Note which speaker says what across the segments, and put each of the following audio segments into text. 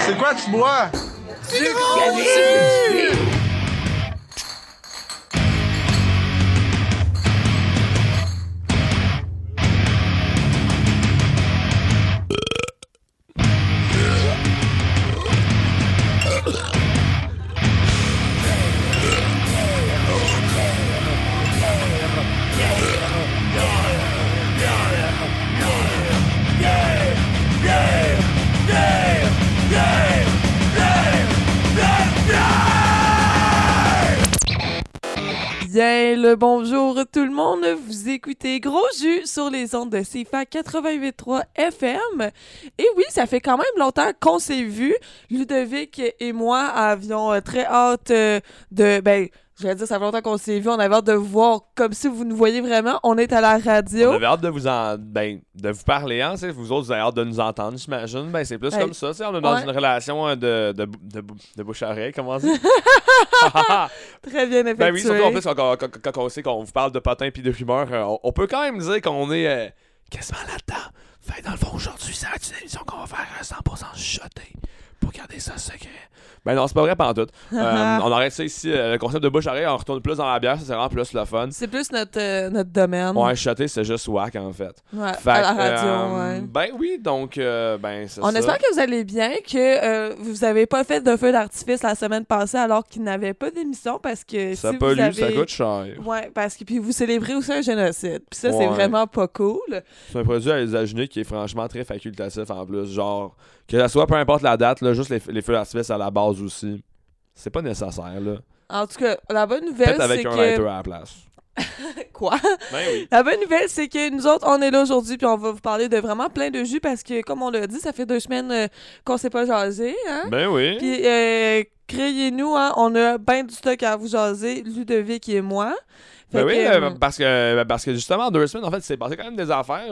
Speaker 1: C'est quoi tu bois?
Speaker 2: Du gros jus!
Speaker 3: Bien le bonjour tout le monde, vous écoutez Gros Jus sur les ondes de CFA 88.3 FM. Et oui, ça fait quand même longtemps qu'on s'est vus. Ludovic et moi avions très hâte j'allais dire, ça fait longtemps qu'on s'est vus, on avait hâte de vous voir comme si vous nous voyez vraiment. On est à la radio.
Speaker 2: On avait hâte de vous parler, hein, vous autres, vous avez hâte de nous entendre, j'imagine. Ben, c'est plus comme ça, on est dans une relation de bouche-à-oreille, comment dire?
Speaker 3: Très bien effectué.
Speaker 2: Ben oui, surtout en plus, quand on sait qu'on vous parle de potins pis de rumeurs, on peut quand même dire qu'on est quasiment là-dedans. Fait dans le fond, aujourd'hui, c'est une émission qu'on va faire 100% chuchoter pour garder ça secret. Ben non, c'est pas vrai pantoute. On arrête ça ici, le concept de bouche-oreille, on retourne plus dans la bière, ça c'est vraiment plus le fun.
Speaker 3: C'est plus notre domaine.
Speaker 2: Ouais, chuchoter, c'est juste whack en fait.
Speaker 3: Ouais, à la radio, ouais.
Speaker 2: Ben oui, donc, c'est ça.
Speaker 3: On espère que vous allez bien, que vous avez pas fait de feu d'artifice la semaine passée alors qu'il n'avait pas d'émission parce que
Speaker 2: ça
Speaker 3: si
Speaker 2: pollue,
Speaker 3: vous avez...
Speaker 2: ça coûte cher.
Speaker 3: Ouais, parce que puis vous célébrez aussi un génocide. Puis ça,
Speaker 2: ouais.
Speaker 3: C'est vraiment pas cool.
Speaker 2: C'est un produit à usage unique qui est franchement très facultatif en plus. Genre, que ça soit peu importe la date, là, juste les feux d'artifice à la base aussi. C'est pas nécessaire, là.
Speaker 3: En tout cas, la bonne nouvelle,
Speaker 2: peut-être avec
Speaker 3: c'est
Speaker 2: un
Speaker 3: que...
Speaker 2: lighter à la place.
Speaker 3: Quoi?
Speaker 2: Ben oui.
Speaker 3: La bonne nouvelle, c'est que nous autres, on est là aujourd'hui puis on va vous parler de vraiment plein de jus parce que, comme on l'a dit, ça fait 2 semaines qu'on s'est pas jasé, hein?
Speaker 2: Ben oui.
Speaker 3: Puis, créez-nous, hein? On a bien du stock à vous jaser, Ludovic et moi.
Speaker 2: Ben oui, parce que justement, en 2 semaines, en fait, il s'est passé quand même des affaires.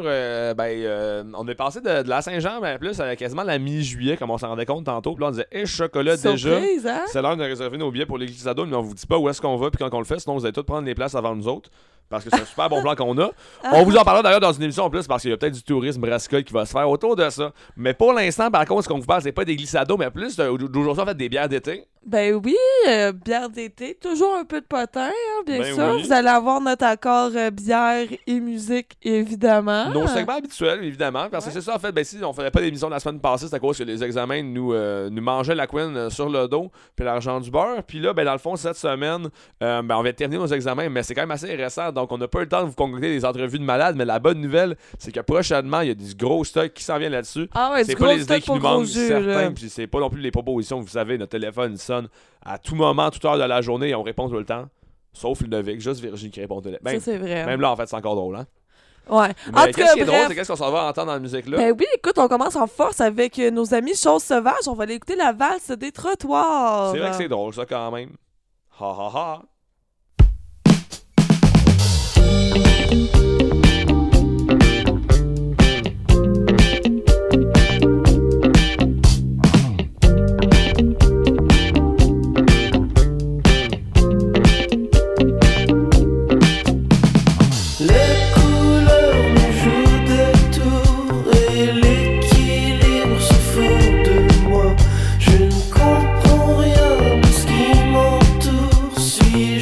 Speaker 2: On est passé de la Saint-Jean, mais plus à quasiment la mi-juillet, comme on s'en rendait compte tantôt. Puis là, on disait, chocolat
Speaker 3: surprise,
Speaker 2: déjà.
Speaker 3: Hein?
Speaker 2: C'est l'heure de réserver nos billets pour les glissados, mais on vous dit pas où est-ce qu'on va, puis quand on le fait, sinon vous allez tous prendre les places avant nous autres. Parce que c'est un super bon plan qu'on a. On vous en parlera d'ailleurs dans une émission en plus parce qu'il y a peut-être du tourisme brassicole qui va se faire autour de ça. Mais pour l'instant, par contre, ce qu'on vous parle, c'est pas des glissados, mais plus d'aujourd'hui, en fait, des bières d'été.
Speaker 3: Ben oui, bière d'été, toujours un peu de potin, hein, bien sûr.
Speaker 2: Oui.
Speaker 3: Vous allez avoir notre accord bière et musique, évidemment.
Speaker 2: Nos segments habituels, évidemment. Parce que c'est ça, en fait, si on faisait pas d'émission la semaine passée, c'est à cause que les examens nous mangeaient la couenne sur le dos, puis l'argent du beurre. Puis là, dans le fond, cette semaine, on vient de terminer nos examens, mais c'est quand même assez récent, donc on n'a pas eu le temps de vous concocter des entrevues de malades. Mais la bonne nouvelle, c'est que prochainement, il y a du gros stock qui s'en vient là-dessus.
Speaker 3: Ah ouais,
Speaker 2: c'est
Speaker 3: du
Speaker 2: pas
Speaker 3: gros
Speaker 2: les
Speaker 3: stock
Speaker 2: idées qui
Speaker 3: pour
Speaker 2: nous
Speaker 3: gros
Speaker 2: manquent,
Speaker 3: jus,
Speaker 2: certains, puis c'est pas non plus les propositions. Vous savez, notre téléphone sonne à tout moment, toute heure de la journée, et on répond tout le temps. Sauf Ludovic, juste Virginie qui répond tout le temps.
Speaker 3: Ça, c'est vrai.
Speaker 2: Même là, en fait, c'est encore drôle, hein?
Speaker 3: Ouais.
Speaker 2: Mais
Speaker 3: en tout cas,
Speaker 2: qu'est-ce qui est drôle,
Speaker 3: bref,
Speaker 2: c'est qu'est-ce qu'on s'en va entendre dans la musique-là?
Speaker 3: Ben oui, écoute, on commence en force avec nos amis Choses Sauvages. On va aller écouter la valse des trottoirs.
Speaker 2: C'est vrai que c'est drôle, ça, quand même. Ha ha ha.
Speaker 4: Je ne comprends rien de ce qui m'entoure. Suis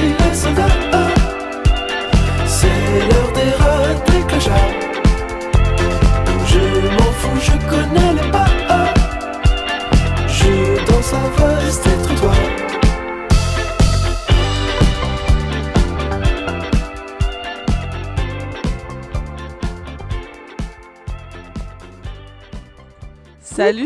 Speaker 1: les soldats. C'est l'heure des rats, des clochards. Je m'en fous, je connais les pas. Je danse à veste et trottoir.
Speaker 3: Salut!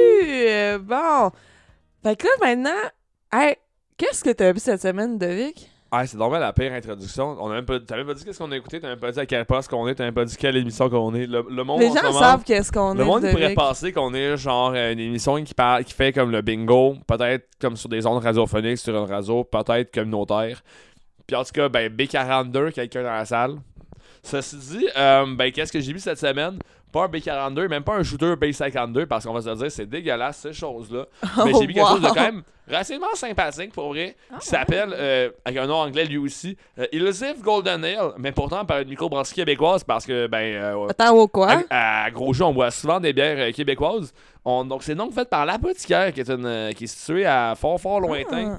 Speaker 3: Bon. Fait que là, maintenant, hey, qu'est-ce que t'as vu cette semaine, Devic?
Speaker 2: Ah, c'est normal la pire introduction. T'as même pas dit qu'est-ce qu'on a écouté, t'as même pas dit à quel poste qu'on est, t'as même pas dit quelle émission qu'on est. Le monde,
Speaker 3: Les
Speaker 2: en
Speaker 3: gens
Speaker 2: ce moment,
Speaker 3: savent qu'est-ce qu'on est,
Speaker 2: le monde il pourrait
Speaker 3: Devic.
Speaker 2: penser qu'on est genre une émission qui fait comme le bingo, peut-être comme sur des ondes radiophoniques, sur une radio, peut-être communautaire. Puis en tout cas, ben B42, quelqu'un dans la salle. Ceci dit, ben qu'est-ce que j'ai vu cette semaine? Pas un B42, même pas un shooter B52, parce qu'on va se dire, c'est dégueulasse, ces choses-là. Mais j'ai vu quelque chose de quand même relativement sympathique, pour vrai, qui s'appelle, avec un nom anglais lui aussi, Elusive Golden Ale, mais pourtant par une microbrasserie québécoise, parce que,
Speaker 3: Attends, au quoi?
Speaker 2: à Gros-Jeu, on boit souvent des bières québécoises. Donc, c'est donc fait par l'apothicaire, qui est située à fort lointain.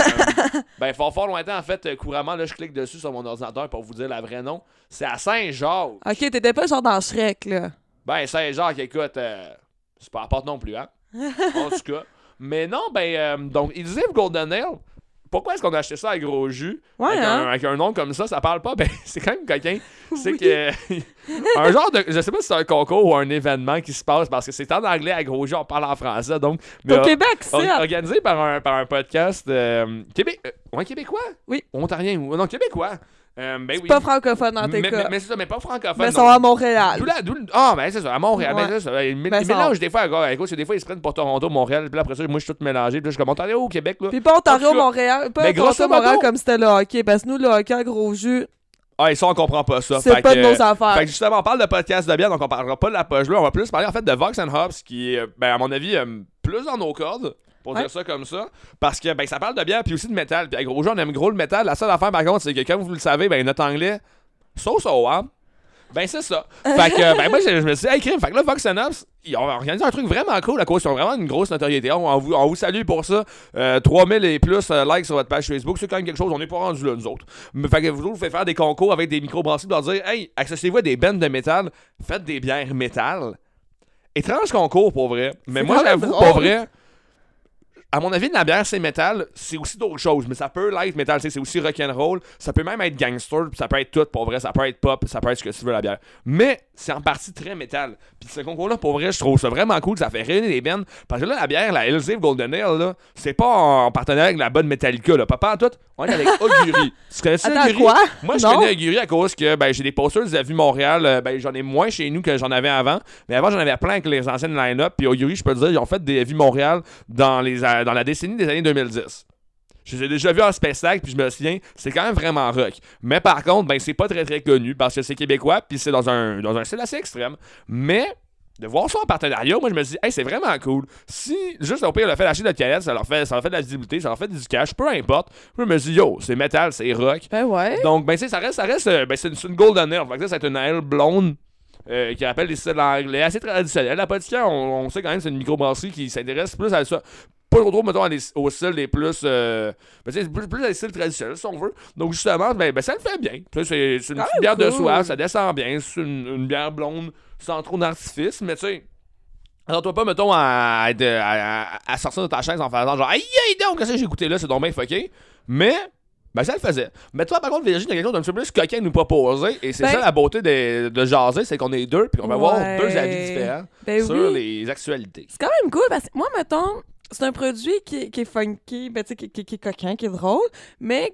Speaker 2: Fort lointain, en fait, couramment, là, je clique dessus sur mon ordinateur pour vous dire le vrai nom. C'est à Saint-Jacques.
Speaker 3: Ok, t'étais pas genre dans Shrek, là.
Speaker 2: Ben, Saint-Jacques, écoute, c'est pas à porte non plus, hein? En tout cas. Mais non, donc, Elusive Golden Ale, pourquoi est-ce qu'on a acheté ça à Gros Jus?
Speaker 3: Ouais,
Speaker 2: Avec un nom comme ça parle pas. Ben, c'est quand même coquin. C'est que. un genre de. Je sais pas si c'est un concours ou un événement qui se passe parce que c'est en anglais à Gros Jus, on parle en français. Donc.
Speaker 3: Au Québec, c'est.
Speaker 2: Organisé par un podcast québécois?
Speaker 3: Oui.
Speaker 2: Ontarien ou. Non, québécois.
Speaker 3: C'est
Speaker 2: oui.
Speaker 3: pas francophone dans tes cas.
Speaker 2: Mais c'est ça, mais pas francophone.
Speaker 3: Mais ils sont à Montréal.
Speaker 2: C'est ça, à Montréal.
Speaker 3: Ouais.
Speaker 2: Ben, c'est ça. Ils
Speaker 3: Ben,
Speaker 2: mélangent des fois à gars. Écoute, des fois, ils se prennent pour Toronto, Montréal. Puis là, après ça, moi, je suis tout mélangé. Puis là, je suis comme Ontario au Québec, là.
Speaker 3: Puis pas Ontario,
Speaker 2: En tout cas,
Speaker 3: Montréal. Pas
Speaker 2: mais grosso
Speaker 3: Ontario, Montréal
Speaker 2: modo-
Speaker 3: comme c'était le hockey. Parce que nous, le hockey à Gros Jus,
Speaker 2: Ah, et ça, on comprend pas ça.
Speaker 3: c'est
Speaker 2: Fait
Speaker 3: pas
Speaker 2: que,
Speaker 3: de nos affaires.
Speaker 2: Fait que justement, on parle de podcast de bière, donc on parlera pas de la poche là. On va plus parler en fait de Vox and Hops, qui est, à mon avis, plus dans nos cordes, pour dire ça comme ça. Parce que ça parle de bière puis aussi de métal. Puis à Gros Jeu, on aime gros le métal. La seule affaire, par contre, c'est que quand vous le savez, notre anglais, so, hein? C'est ça. Fait que, moi, je me suis dit, hey, crime. Fait que là, Vox and Hops, ils ont organisé un truc vraiment cool à cause qu'ils ont vraiment une grosse notoriété. On vous salue pour ça. 3000 et plus likes sur votre page Facebook. C'est quand même quelque chose. On n'est pas rendu là, nous autres. Mais, fait que vous faites faire des concours avec des microbrasseries pour leur dire, hey, accessez-vous à des bands de métal. Faites des bières métal. Étrange concours, pour vrai. Mais moi, j'avoue, pour vrai. À mon avis, la bière, c'est métal, c'est aussi d'autres choses, mais ça peut l'être métal, c'est aussi rock'n'roll, ça peut même être gangster, ça peut être tout, pour vrai, ça peut être pop, ça peut être ce que tu veux, la bière. Mais c'est en partie très métal. Puis ce concours-là, pour vrai, je trouve ça vraiment cool, ça fait réunir les bands. Parce que là, la bière, la Elusive Golden Ale, là, c'est pas en partenariat avec la bonne Metallica, là. Pas en tout, on est avec Augury. Tu connais-tu
Speaker 3: Attends,
Speaker 2: Augury?
Speaker 3: quoi?
Speaker 2: Moi, je
Speaker 3: Non.
Speaker 2: connais Augury à cause que j'ai des posters de Vue Montréal, j'en ai moins chez nous que j'en avais avant. Mais avant, j'en avais plein avec les anciennes line-up. Puis Augury, je peux te dire, ils ont fait des Vue Montréal dans la décennie des années 2010. Je les ai déjà vus en spectacle, puis je me souviens, c'est quand même vraiment rock. Mais par contre, c'est pas très très connu parce que c'est québécois, puis c'est dans un style assez extrême. Mais de voir ça en partenariat, moi je me dis, hey, c'est vraiment cool. Si juste au pire le fait d'acheter de la canette, ça leur fait de la visibilité, ça leur fait du cash, peu importe. Je me dis, yo, c'est métal, c'est rock.
Speaker 3: Ben ouais.
Speaker 2: Donc, ça reste, c'est une golden ale. Fait que ça, c'est une ale blonde. Qui rappelle des styles anglais assez traditionnels. La L'apothicaire, on sait quand même que c'est une microbrasserie qui s'intéresse plus à ça. Pas trop, mettons, aux styles les plus. Plus à des styles traditionnels, si on veut. Donc, justement, ça le fait bien. C'est une petite bière de soif, ça descend bien. C'est une bière blonde sans trop d'artifice, mais tu sais. Attends-toi pas, mettons, à sortir de ta chaise en faisant genre, aïe, donc, qu'est-ce que j'ai écouté là, c'est donc bien fucké. Mais. Ça le faisait. Mais toi, par contre, Virginie, il y a quelque chose d'un petit peu plus coquin à nous proposer. Et c'est ça la beauté de jaser, c'est qu'on est deux, puis qu'on va avoir deux avis différents sur les actualités.
Speaker 3: C'est quand même cool parce que moi, mettons, c'est un produit qui est funky, qui est coquin, qui est drôle, mais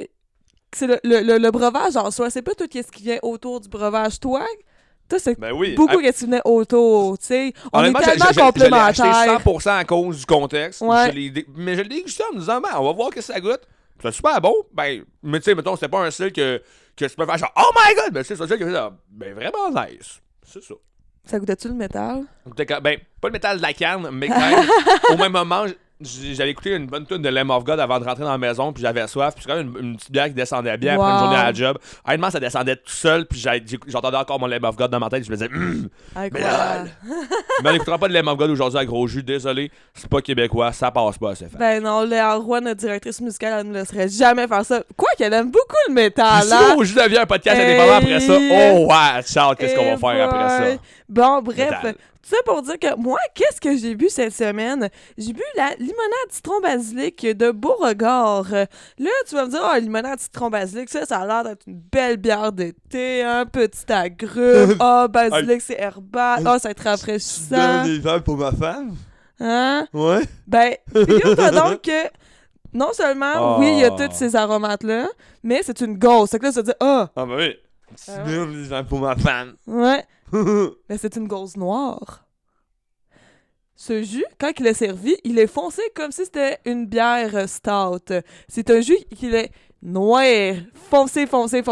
Speaker 3: c'est le breuvage en soi. C'est pas tout ce qui vient autour du breuvage. Toi, c'est beaucoup ce qui venait autour, tu sais. On est tellement complémentaires.
Speaker 2: Je l'ai acheté 100% à cause du contexte.
Speaker 3: Ouais.
Speaker 2: Mais je l'ai dégusté en me disant, on va voir que ça goûte. C'est super bon. Mais tu sais, mettons, c'était pas un style que tu peux faire genre, oh my god! Mais c'est un style qui fait ça. Vraiment nice. C'est ça.
Speaker 3: Ça goûtait-tu le métal?
Speaker 2: Pas le métal de la canne, mais quand même, au même moment, j'allais écouter une bonne tune de Lamb of God avant de rentrer dans la maison, puis j'avais soif, puis c'est quand même une petite bière qui descendait bien après une journée à la job. Honnêtement, ça descendait tout seul, puis j'entendais encore mon Lamb of God dans ma tête, je me disais,
Speaker 3: Incroyable.
Speaker 2: mais on n'écoutera pas de Lamb of God aujourd'hui à Gros Jus, désolé, c'est pas québécois, ça passe pas assez fort.
Speaker 3: Ben non, Léa Roy, notre directrice musicale, elle ne laisserait jamais faire ça. Quoi qu'elle aime beaucoup le métal,
Speaker 2: Si
Speaker 3: hein?
Speaker 2: Gros Jus devient un podcast indépendant après ça, oh watch out, qu'est-ce qu'on va faire après ça?
Speaker 3: Bon, bref,
Speaker 2: Métal.
Speaker 3: tout ça pour dire que moi, qu'est-ce que j'ai bu cette semaine? J'ai bu la limonade citron basilic de Beauregard. Là, tu vas me dire, limonade citron basilic, ça a l'air d'être une belle bière d'été, un petit agrume. Basilic, c'est herbal. Ça va être rafraîchissant.
Speaker 2: des verres pour ma femme?
Speaker 3: Hein?
Speaker 2: Ouais.
Speaker 3: Ben, figure-toi donc que non seulement, oui, il y a tous ces aromates-là, mais c'est une gauze. C'est que là, ça dit,
Speaker 2: Ah ben oui.
Speaker 3: Ah
Speaker 2: Des verres pour ma femme.
Speaker 3: ouais. Mais c'est une gauze noire. Ce jus, quand il est servi, il est foncé comme si c'était une bière stout. C'est un jus qui est noir, foncé.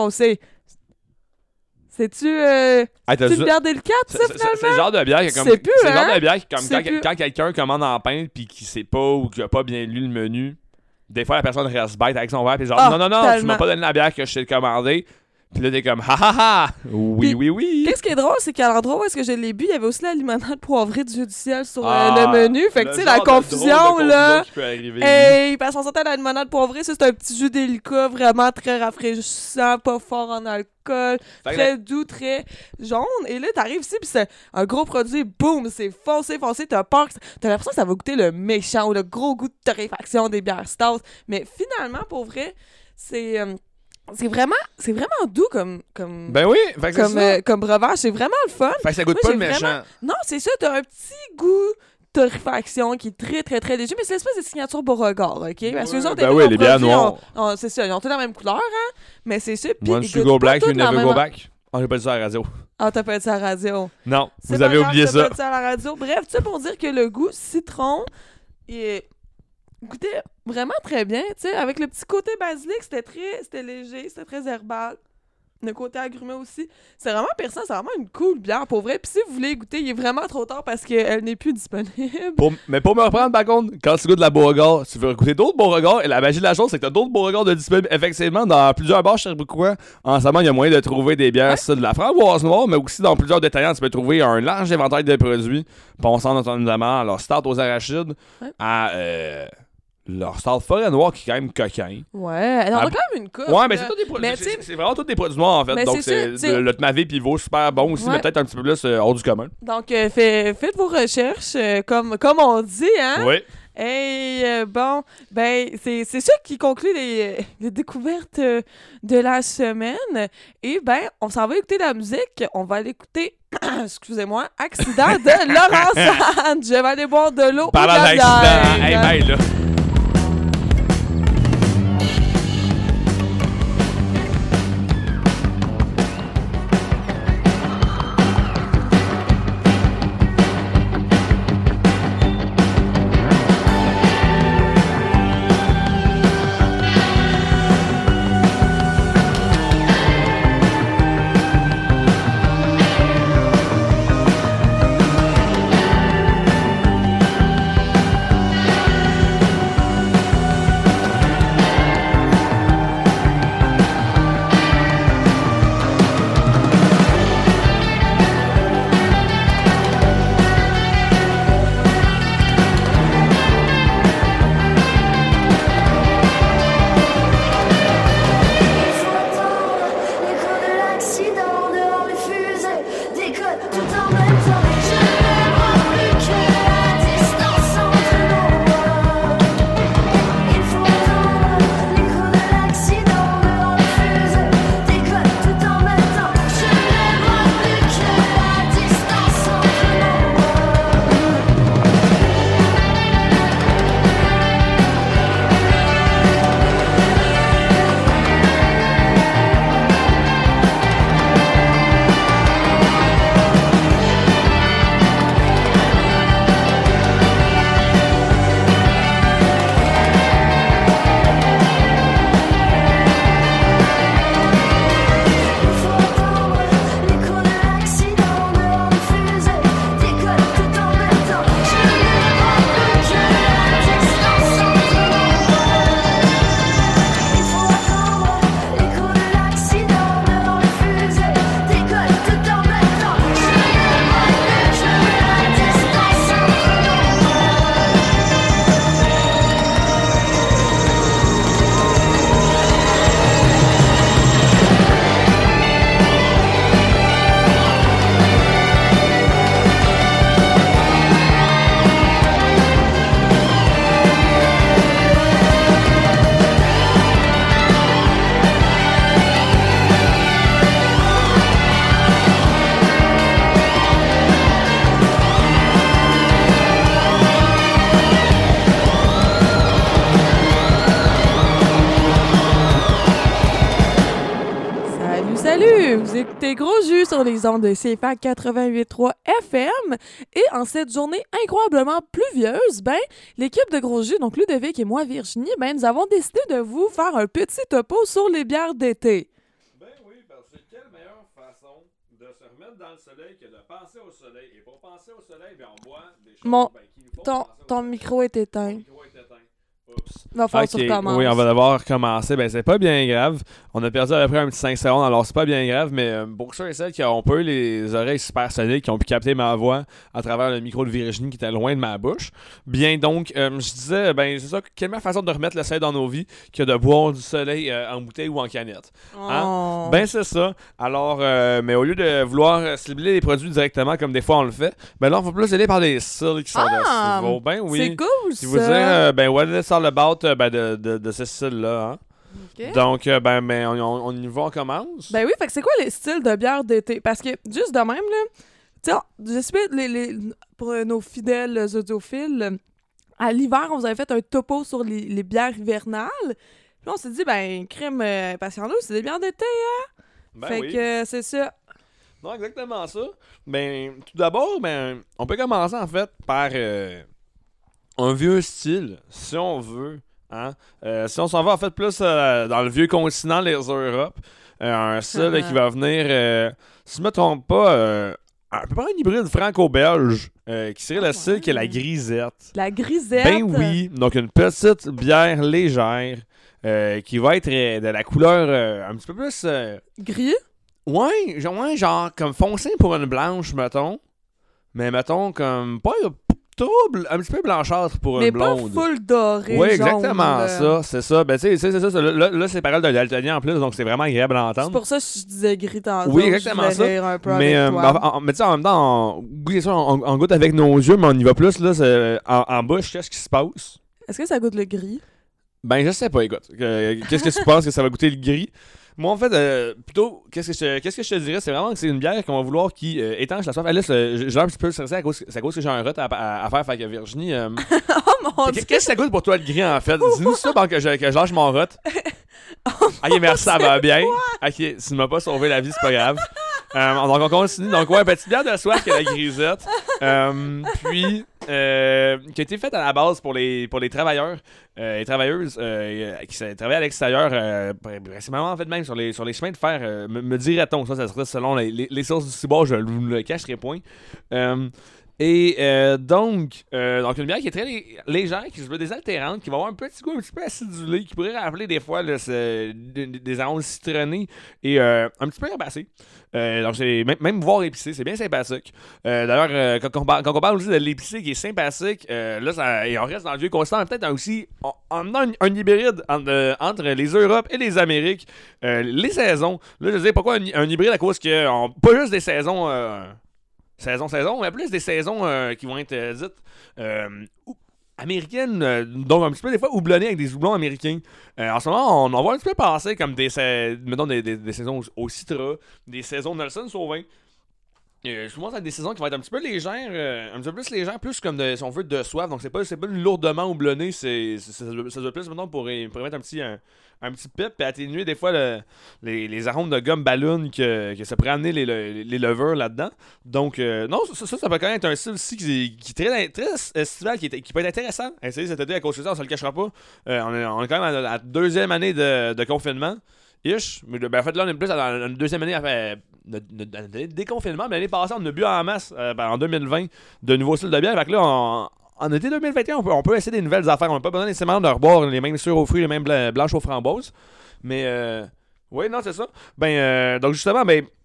Speaker 3: C'est-tu une bière délicate, ça, finalement?
Speaker 2: C'est le genre de bière qui
Speaker 3: C'est plus,
Speaker 2: c'est le genre
Speaker 3: hein?
Speaker 2: de bière qui, comme
Speaker 3: C'est plus.
Speaker 2: quand quelqu'un commande en pinte puis qui sait pas ou qui a pas bien lu le menu, des fois la personne reste bête avec son verre puis genre non, tu
Speaker 3: tellement.
Speaker 2: m'as pas donné la bière que je t'ai commandée. Puis là, t'es comme, ha ha ha! Oui,
Speaker 3: Puis,
Speaker 2: oui, oui!
Speaker 3: Qu'est-ce qui est drôle, c'est qu'à l'endroit où est-ce que je l'ai bu, il y avait aussi la limonade poivrée du jeu du ciel sur le menu. Fait que, tu sais, la confusion, là. Hey, parce qu'on sentait la limonade poivrée, ça, c'est un petit jus délicat, vraiment très rafraîchissant, pas fort en alcool, très doux, très jaune. Et là, t'arrives ici, puis c'est un gros produit, boum, c'est foncé, t'as peur, t'as l'impression que ça va goûter le méchant ou le gros goût de torréfaction des bières stout. Mais finalement, pour vrai, c'est vraiment doux comme
Speaker 2: Ben oui, fait que c'est ça.
Speaker 3: comme breuvage, c'est vraiment le fun.
Speaker 2: Fait que ça goûte
Speaker 3: Moi,
Speaker 2: pas le
Speaker 3: j'ai
Speaker 2: méchant.
Speaker 3: vraiment- Non, c'est ça, t'as un petit goût torréfaction qui est très très très léger, mais c'est l'espèce de signature Beauregard, ok? Parce que eux autres,
Speaker 2: ben
Speaker 3: eux,
Speaker 2: oui,
Speaker 3: leurs
Speaker 2: les bières
Speaker 3: produits
Speaker 2: noires.
Speaker 3: c'est ça, ils ont tous la même couleur, hein? Mais c'est ça, puis
Speaker 2: Once
Speaker 3: ils
Speaker 2: you
Speaker 3: goûtent
Speaker 2: go
Speaker 3: pas
Speaker 2: black, you
Speaker 3: tous la
Speaker 2: never
Speaker 3: même-
Speaker 2: go back. J'ai pas dit ça à la radio.
Speaker 3: Ah, t'as pas dit ça à la radio.
Speaker 2: Non,
Speaker 3: C'est
Speaker 2: vous
Speaker 3: pas
Speaker 2: avez
Speaker 3: grave,
Speaker 2: oublié
Speaker 3: t'as
Speaker 2: ça.
Speaker 3: pas dit ça à la radio. Bref, tu sais, pour dire que le goût citron goûtait vraiment très bien, tu sais, avec le petit côté basilic, c'était léger, c'était très herbal. Le côté agrumé aussi. C'est vraiment perçant, c'est vraiment une cool bière, pour vrai. Puis si vous voulez goûter, il est vraiment trop tard parce qu'elle n'est plus disponible.
Speaker 2: Mais pour me reprendre, par contre, quand tu goûtes de la Beauregard, tu veux goûter d'autres Beauregard, et la magie de la chose, c'est que t'as d'autres Beauregard de disponibles. Effectivement, dans plusieurs bars Sherbrookeois, en ce moment, il y a moyen de trouver des bières, ça, de la framboise noire, mais aussi dans plusieurs détaillants, tu peux trouver un large éventail de produits, pensant notamment à leur start aux arachides, à leur start forêt noire qui est quand même coquin.
Speaker 3: Ouais, elle en a quand même une coupe.
Speaker 2: Ouais, mais
Speaker 3: là.
Speaker 2: c'est tous des produits.
Speaker 3: Mais
Speaker 2: C'est vraiment tous des produits noirs, en fait.
Speaker 3: Mais
Speaker 2: Donc,
Speaker 3: c'est ça,
Speaker 2: c'est le Mavé Pivot, super bon aussi,
Speaker 3: Ouais.
Speaker 2: mais peut-être un petit peu plus hors du commun.
Speaker 3: Donc, faites vos recherches, comme on dit, hein?
Speaker 2: Oui.
Speaker 3: Et bon, ben, c'est ça qui conclut les découvertes de la semaine. Et ben, on s'en va écouter la musique. On va aller écouter, excusez-moi, Accident de Laurence Anne. Je vais aller boire de l'eau ou de
Speaker 2: Parlant
Speaker 3: la
Speaker 2: d'accident,
Speaker 3: bière.
Speaker 2: hey, ben là.
Speaker 3: Salut! Vous écoutez Gros Jus sur les ondes de CFA 88.3 FM. Et en cette journée incroyablement pluvieuse, l'équipe de Gros Jus, donc Ludovic et moi, Virginie, nous avons décidé de vous faire un petit topo sur les bières d'été.
Speaker 2: Ben oui, parce que quelle meilleure façon de se remettre dans le soleil que de penser au soleil. Et pour penser au soleil, on boit des choses qui nous font penser au
Speaker 3: Ton
Speaker 2: soleil.
Speaker 3: micro est éteint.
Speaker 2: Mon micro est éteint. Oups.
Speaker 3: Va falloir que tu recommences.
Speaker 2: Oui, on va devoir recommencer. C'est pas bien grave. On a perdu à peu près un petit 5 secondes, alors c'est pas bien grave. Mais pour ceux et celles qui ont pas eu les oreilles super soniques, qui ont pu capter ma voix à travers le micro de Virginie qui était loin de ma bouche, bien donc, je disais, c'est ça, quelle meilleure façon de remettre le soleil dans nos vies que de boire du soleil en bouteille ou en canette. Hein?
Speaker 3: Oh.
Speaker 2: C'est ça. Alors, mais au lieu de vouloir cibler les produits directement comme des fois on le fait, là, on va plus aider par les styles qui sont de niveau. Oui.
Speaker 3: C'est cool,
Speaker 2: Si vous dire, what it's all about de ce style-là. Hein?
Speaker 3: Okay.
Speaker 2: Donc, on y va, on commence.
Speaker 3: Oui, fait que c'est quoi les styles de bière d'été? Parce que, juste de même, là, j'espère, pour nos fidèles audiophiles, à l'hiver, on vous avait fait un topo sur les bières hivernales. Puis on s'est dit, crème, patience, c'est des bières d'été, hein? Fait que c'est ça.
Speaker 2: Non, exactement ça. Tout d'abord, on peut commencer, en fait, par un vieux style, si on veut. Hein? Si on s'en va en fait plus dans le vieux continent, les Europes, un style qui va venir, si je me trompe pas, à peu près un hybride franco-belge qui serait le style qui est la grisette.
Speaker 3: La grisette?
Speaker 2: Oui, donc une petite bière légère qui va être de la couleur un petit peu plus...
Speaker 3: Gris?
Speaker 2: Ouais, genre comme foncé pour une blanche, mettons. Mais mettons comme pas... trouble, un petit peu blanchâtre pour une blonde.
Speaker 3: Mais pas full doré,
Speaker 2: oui,
Speaker 3: jaune,
Speaker 2: exactement ça, c'est ça. Tu sais, c'est ça. Là, c'est parole d'un daltonien en plus, donc c'est vraiment agréable à entendre.
Speaker 3: C'est pour ça que je disais gris tantôt.
Speaker 2: Oui, exactement ça. Mais tu sais, en même temps, on goûte avec nos yeux, mais on y va plus là, en bouche, qu'est-ce qui se passe?
Speaker 3: Est-ce que ça goûte le gris?
Speaker 2: Je sais pas, écoute. Qu'est-ce que tu penses que ça va goûter le gris? Moi, en fait, plutôt, qu'est-ce que je te dirais? C'est vraiment que c'est une bière qu'on va vouloir qui étanche la soif. Là, j'ai un petit peu stressé à cause que j'ai un rot à faire. Fait que Virginie...
Speaker 3: oh mon Dieu!
Speaker 2: Qu'est-ce que ça goûte pour toi le gris, en fait? Dis-nous ça pendant que je lâche mon rot. Ok, merci, ça va bien. Ok, si tu m'as pas sauvé la vie, c'est pas grave. Donc, on continue. Donc, ouais, petite bière de soif qui est la grisette. Puis, qui a été faite à la base pour les travailleurs et travailleuses qui travaillent à l'extérieur, principalement en fait même sur les chemins de fer, me dirait-on. Ça serait selon les sources du cibord, je ne le cacherai point. Donc, une bière qui est très légère, qui se veut désaltérante, qui va avoir un petit goût un petit peu acidulé, qui pourrait rappeler des fois des arômes citronnés et un petit peu herbacés. Donc, c'est même voire épicé, c'est bien sympathique. D'ailleurs, quand on parle aussi de l'épicé qui est sympathique, et on reste dans le vieux constant, peut-être aussi en menant un hybride entre les Europes et les Amériques. Les saisons, là, je disais pourquoi un hybride à cause que pas juste des saisons. Saison, mais plus des saisons qui vont être dites américaines, donc un petit peu des fois houblonnées avec des houblons américains. En ce moment, on en voit un petit peu passer comme des saisons au Citra, des saisons Nelson Sauvin. Souvent, c'est des saisons qui vont être un petit peu légères, un petit peu plus légères, plus comme si on veut de soif. Donc, c'est pas lourdement houblonné, ça doit plus maintenant pour mettre un petit pep et atténuer des fois les arômes de gomme ballon que ça pourrait amener les levures là-dedans. Donc, non, ça peut quand même être un style aussi qui est très, très estival, qui peut être intéressant à essayer cet été à cause de ça, on se le cachera pas. On est quand même à la deuxième année de confinement. Mais en fait, là, on est plus à la deuxième année à faire de déconfinement. Mais l'année passée, on a bu en masse, en 2020, de nouveaux styles de bière. Fait que là, en été 2021, on peut essayer des nouvelles affaires. On n'a pas besoin nécessairement de reboire les mêmes sûres aux fruits, les mêmes blanches aux framboises. Mais, oui, non, c'est ça. Donc, justement,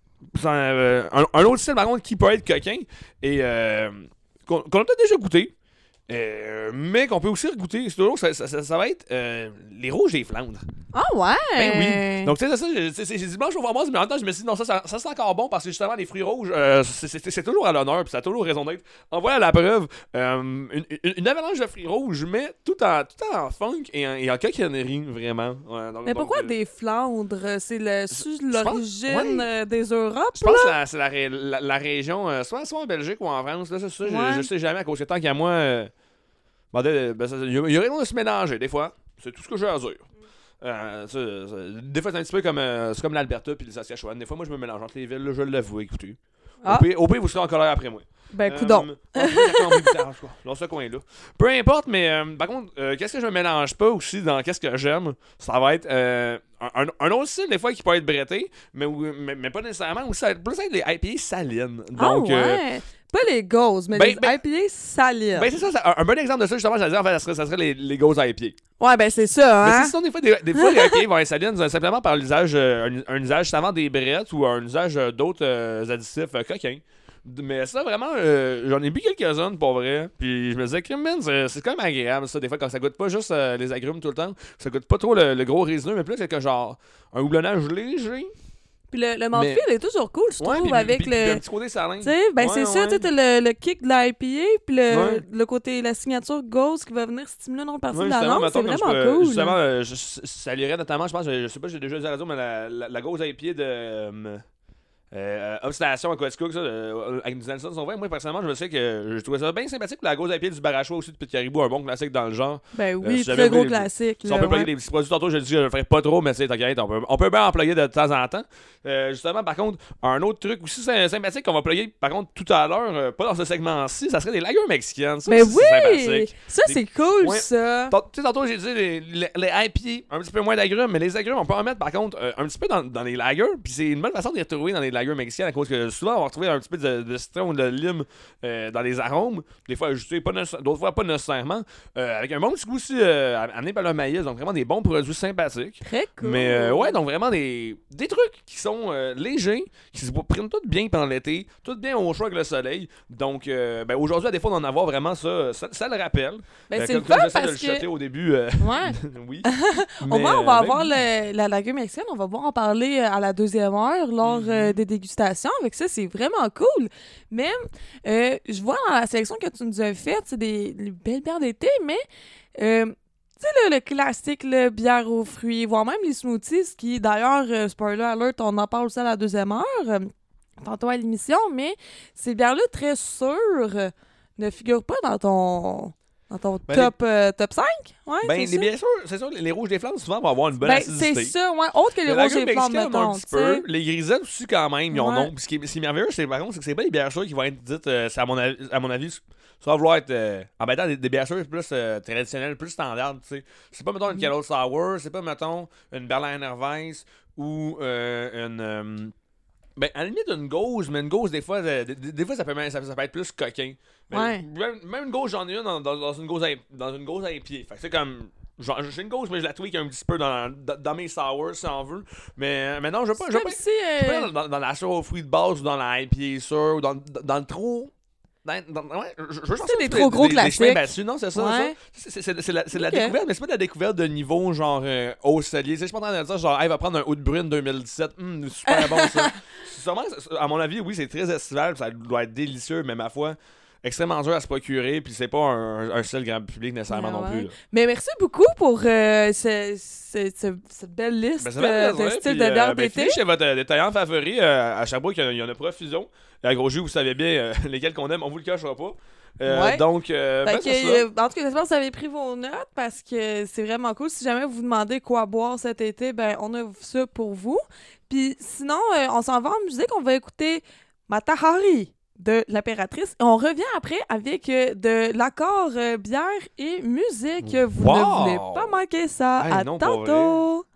Speaker 2: un autre style, par contre, qui peut être coquin et qu'on a peut-être déjà goûté. Mais qu'on peut aussi goûter, c'est toujours, ça va être les rouges et les Flandres.
Speaker 3: Ah ouais!
Speaker 2: Oui. Donc, tu sais, j'ai dit blanche aux framboises, mais en même temps, je me suis dit, non, ça c'est encore bon parce que justement, les fruits rouges, c'est toujours à l'honneur, puis ça a toujours raison d'être. En voilà la preuve. Une avalanche de fruits rouges, mais tout en funk et en coquinerie, vraiment. Ouais,
Speaker 3: mais pourquoi des Flandres? C'est l'origine des Europes?
Speaker 2: Je pense que c'est la région, soit en Belgique ou en France. Là, c'est ça, je sais jamais, à cause de tant qu'à moi. Il y a raison de se mélanger, des fois. C'est tout ce que j'ai à dire. Des fois, c'est un petit peu comme, c'est comme l'Alberta puis le Saskatchewan. Des fois, moi, je me mélange entre les villes, là, je l'avoue, écoutez.
Speaker 3: Ah.
Speaker 2: Au pire, vous serez en colère après moi.
Speaker 3: Ben, coudonc.
Speaker 2: Dans ce coin-là. Peu importe, mais par contre, qu'est-ce que je me mélange pas aussi dans qu'est-ce que j'aime, ça va être un autre style, des fois, qui peut être bretté, mais pas nécessairement. Aussi, ça va être plus être les IPA salines. Donc,
Speaker 3: Pas les gauzes, mais les IPA salines.
Speaker 2: Ben, c'est ça, un bon exemple de ça, justement, j'allais dire, en fait, ça serait les gauzes IPA.
Speaker 3: Ouais, ben, c'est ça, hein.
Speaker 2: Mais sinon, des fois, les IPA vont être salines simplement par l'usage, un usage savant des brettes ou un usage d'autres additifs coquins. Mais ça, vraiment, j'en ai bu quelques-unes pour vrai. Puis je me disais, c'est quand même agréable, ça, des fois, quand ça goûte pas juste les agrumes tout le temps. Ça goûte pas trop le gros résineux, mais plus quelque genre un houblonnage léger.
Speaker 3: Puis le mouthfeel est toujours cool, je trouve, avec
Speaker 2: puis
Speaker 3: le...
Speaker 2: un petit côté salin.
Speaker 3: Tu sais, ben c'est ça, tu sais, le kick de l'IPA, puis le côté, la signature Ghost qui va venir stimuler une autre partie de la langue, c'est vraiment cool.
Speaker 2: Justement, ça lirait notamment, je pense, je sais pas, j'ai déjà dit à la radio, mais la Ghost IPA de... Obstination à Quetzcook, ça, avec des Nelson sont vrais. Moi, personnellement, je me sais que je trouvais ça bien sympathique. La Ghost IPA du Barachois aussi de Petit Caribou, un bon classique dans le genre.
Speaker 3: Ben oui, très gros classique.
Speaker 2: Si on peut employer des petits produits, tantôt, je dis que je le ferais pas trop, mais c'est t'inquiète, on peut bien employer de temps en temps. Justement, par contre, un autre truc aussi sympathique qu'on va employer, par contre, tout à l'heure, pas dans ce segment-ci, ça serait des lagers mexicaines. Ça,
Speaker 3: mais
Speaker 2: oui! Sympathique.
Speaker 3: Ça, c'est cool, ça!
Speaker 2: Tu sais, tantôt, j'ai dit les IPA, un petit peu moins d'agrumes, mais les agrumes, on peut en mettre, par contre, un petit peu dans les lagers, puis c'est une bonne façon de les retrouver dans les lagers mexicaines, à cause que souvent, on va retrouver un petit peu de citron ou de lime dans les arômes. Des fois, ajouté, d'autres fois, pas nécessairement. Avec un bon petit goût aussi amené par le maïs. Donc, vraiment des bons produits sympathiques.
Speaker 3: Très cool.
Speaker 2: Mais ouais, donc vraiment des trucs qui sont légers, qui se prennent tout bien pendant l'été, tout bien au chaud avec le soleil. Donc, aujourd'hui, à défaut d'en avoir vraiment ça le rappelle.
Speaker 3: Ben, c'est le fun parce
Speaker 2: de le chuter au début.
Speaker 3: Ouais.
Speaker 2: Oui.
Speaker 3: Au moins, on va avoir la lagueur mexicaine. On va pouvoir en parler à la deuxième heure lors des dégustations. Avec ça, c'est vraiment cool. Mais je vois dans la sélection que tu nous as faite, c'est des belles bières d'été, mais tu sais, le classique, le bière aux fruits, voire même les smoothies, qui d'ailleurs, spoiler alert, on en parle aussi à la deuxième heure, tantôt à l'émission, mais ces bières-là, très sûres, ne figurent pas dans ton top 5? Ouais,
Speaker 2: les bières sûres, c'est sûr, les rouges des flammes, souvent, vont avoir une bonne acidité.
Speaker 3: C'est ça, ouais. Autre que les rouges des flammes, mettons.
Speaker 2: Un petit peu. Les grisettes aussi, quand même, ils en ont. Puis ce qui est merveilleux, par contre, c'est que c'est pas les bières sûres qui vont être dites, c'est à mon avis, ça va vouloir être embêtant, des bières sûres plus traditionnelles, plus standards, tu sais. C'est pas, mettons, une Kettle Sour, c'est pas, mettons, une Berliner Weiss ou une... à la limite, une gauze, mais une gauze, des fois, ça peut être plus coquin.
Speaker 3: Ouais.
Speaker 2: Même une gauze, j'en ai une dans une gauze à pied. Fait que c'est comme... J'ai une gauze, mais je la tweak un petit peu dans mes sours, si on veut. Mais non, je veux pas... Dans la sour aux fruits de base ou dans la IPA sûre ou dans le trop... je veux
Speaker 3: des trop gros classiques.
Speaker 2: Non, c'est ça. Ouais. C'est la découverte, mais c'est pas de la découverte de niveau genre au cellier. Je suis pas en train de dire genre, hey, va prendre un Haut de Brune 2017. Super bon ça. Sûrement, à mon avis, oui, c'est très estival, ça doit être délicieux, mais ma foi, extrêmement dur à se procurer, puis c'est pas un seul grand public nécessairement non plus. Là.
Speaker 3: Mais merci beaucoup pour cette belle liste de styles de bière d'été.
Speaker 2: Chez votre détaillant favori, à Sherbrooke, il y en a profusion. À Gros Jus, vous savez bien lesquels qu'on aime, on vous le cachera pas. Donc, c'est ça.
Speaker 3: En tout cas, j'espère que vous avez pris vos notes parce que c'est vraiment cool. Si jamais vous vous demandez quoi boire cet été, on a ça pour vous. Puis sinon, on s'en va en musique. On va écouter Matahari de l'Impératrice. Et on revient après avec de l'accord bière et musique. Vous ne voulez pas manquer ça. À tantôt!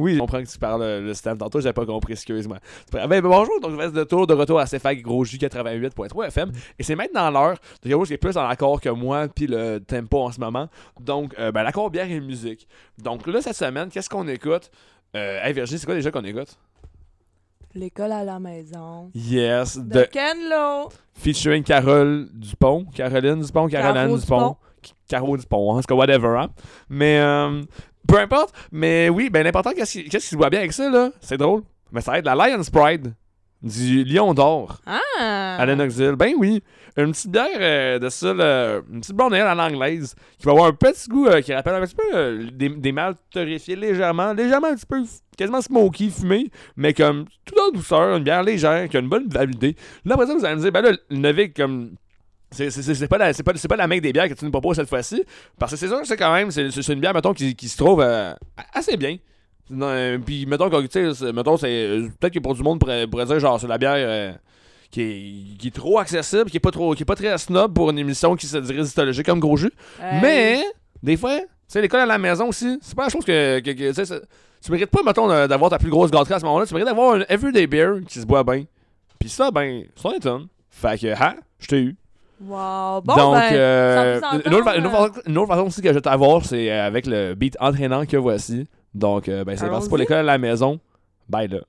Speaker 2: Oui, je comprends que tu parles le système. Tantôt, j'avais pas compris, excuse-moi. Ben, bonjour, donc je reste de retour à CFAC Gros J 88.3 FM. Et c'est maintenant l'heure de quelque chose qui est plus dans l'accord que moi, puis le tempo en ce moment. Donc, l'accord bière et musique. Donc là, cette semaine, qu'est-ce qu'on écoute? Hey Virginie, c'est quoi déjà qu'on écoute?
Speaker 3: L'école à la maison.
Speaker 2: Yes,
Speaker 3: De Ken Lo.
Speaker 2: featuring Caroline Dupont, Caroline Dupont. Caro Dupont, en tout cas, whatever, hein. Mais, peu importe. Mais oui, ben l'important, qu'est-ce qui se voit bien avec ça, là? C'est drôle. Mais ça va être la Lion's Pride du Lion d'Or.
Speaker 3: Ah!
Speaker 2: À Lennoxville. Ben oui. Une petite bière de ça, une petite blonde ale à l'anglaise, qui va avoir un petit goût qui rappelle un petit peu des maltes torréfiés légèrement un petit peu, quasiment smoky, fumé, mais comme tout en douceur, une bière légère, qui a une bonne validité. Là, après ça, vous allez me dire, ben là, le Novik, comme... C'est pas la mec des bières que tu nous proposes cette fois-ci, parce que c'est sûr que c'est quand même, c'est une bière, mettons, qui se trouve assez bien. Puis, mettons, c'est peut-être que pour du monde pourrait dire, genre, c'est la bière... Qui est trop accessible, qui est pas très snob pour une émission qui se dirait histologique comme Gros Jus. Mais, des fois, tu sais, l'école à la maison aussi, c'est pas la chose que tu mérites pas, mettons, d'avoir ta plus grosse gâterie à ce moment-là. Tu mérites d'avoir un everyday beer qui se boit bien. Puis ça, ben, ça en est une. Fait que, je t'ai eu.
Speaker 3: Wow. Bon,
Speaker 2: donc,
Speaker 3: une
Speaker 2: une autre façon aussi que je vais t'avoir, c'est avec le beat entraînant que voici. Donc, ben, c'est parti pour l'école à la maison. Bye là.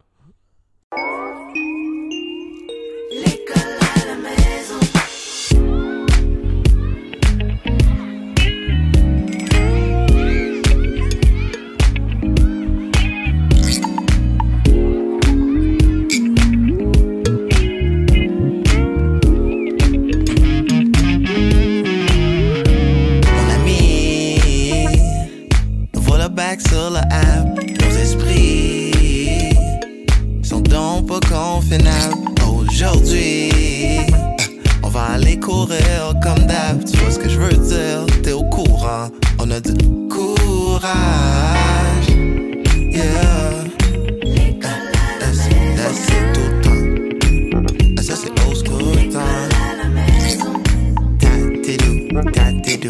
Speaker 4: Sur la app, nos esprits sont donc pas convenables. Aujourd'hui, on va aller courir comme d'hab. Tu vois ce que je veux dire? T'es au courant. On a du courage. Yeah. That's it tout le temps. Ça c'est old school temps. Tatidou.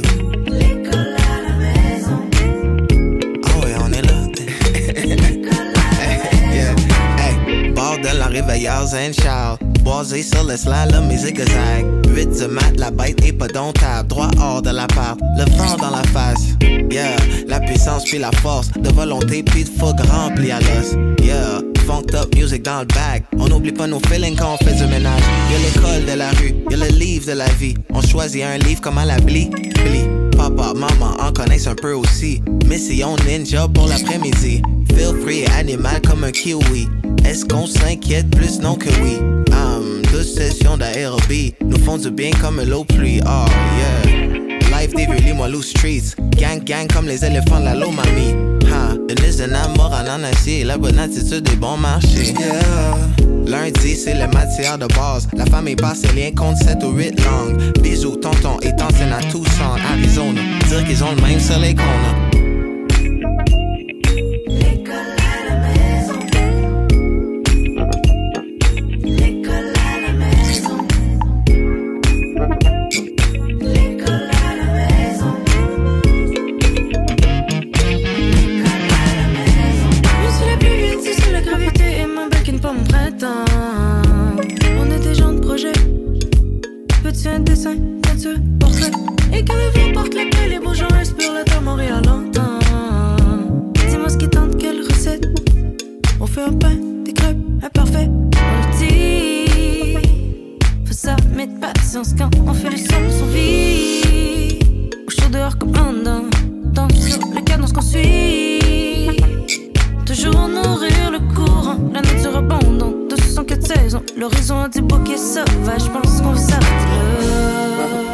Speaker 4: De la réveilleur Saint-Charles, boisé sur le slalom et zigzag. 8 du mat, la bête est pas domptable. Droit hors de l'appart, le vent dans la face. Yeah, la puissance puis la force de volonté puis de fougue rempli à l'os. Yeah, funked up music dans le bag. On n'oublie pas nos feelings quand on fait du ménage. Y'a l'école de la rue, y'a le livre de la vie. On choisit un livre comme à la bli. Papa, maman en connaissent un peu aussi. Mission ninja pour l'après-midi. Feel free, animal comme un kiwi. Est-ce qu'on s'inquiète plus? Non que oui. 12 sessions d'aérobie nous font du bien comme l'eau pluie. Oh yeah. Life d'Everly, moi loose streets. Gang comme les éléphants de la Lomami. Une liste de amour en acier. La bonne attitude des bons marchés. Yeah. Lundi, c'est la matière de base. La famille passe ses liens contre 7 ou 8 langues. Bisous, tonton et tante à Tucson, Arizona. Dire qu'ils ont le même soleil qu'on a.
Speaker 5: Un dessin, peinture, portrait. Et quand le vent porte la paix, les beaux gens respirent le temps, Montréal entend. Dis-moi ce qui tente, quelle recette. On fait un pain, des crêpes, imparfait. On le dit. Faut ça mettre patience quand on fait le son de son vie. Au chaud dehors comme un dent. Danse sur le cadence qu'on suit. Toujours nourrir le courant, la nature abondante. 204 saisons, l'horizon a des bouquets sauvages. Je pense qu'on va s'arrêter là.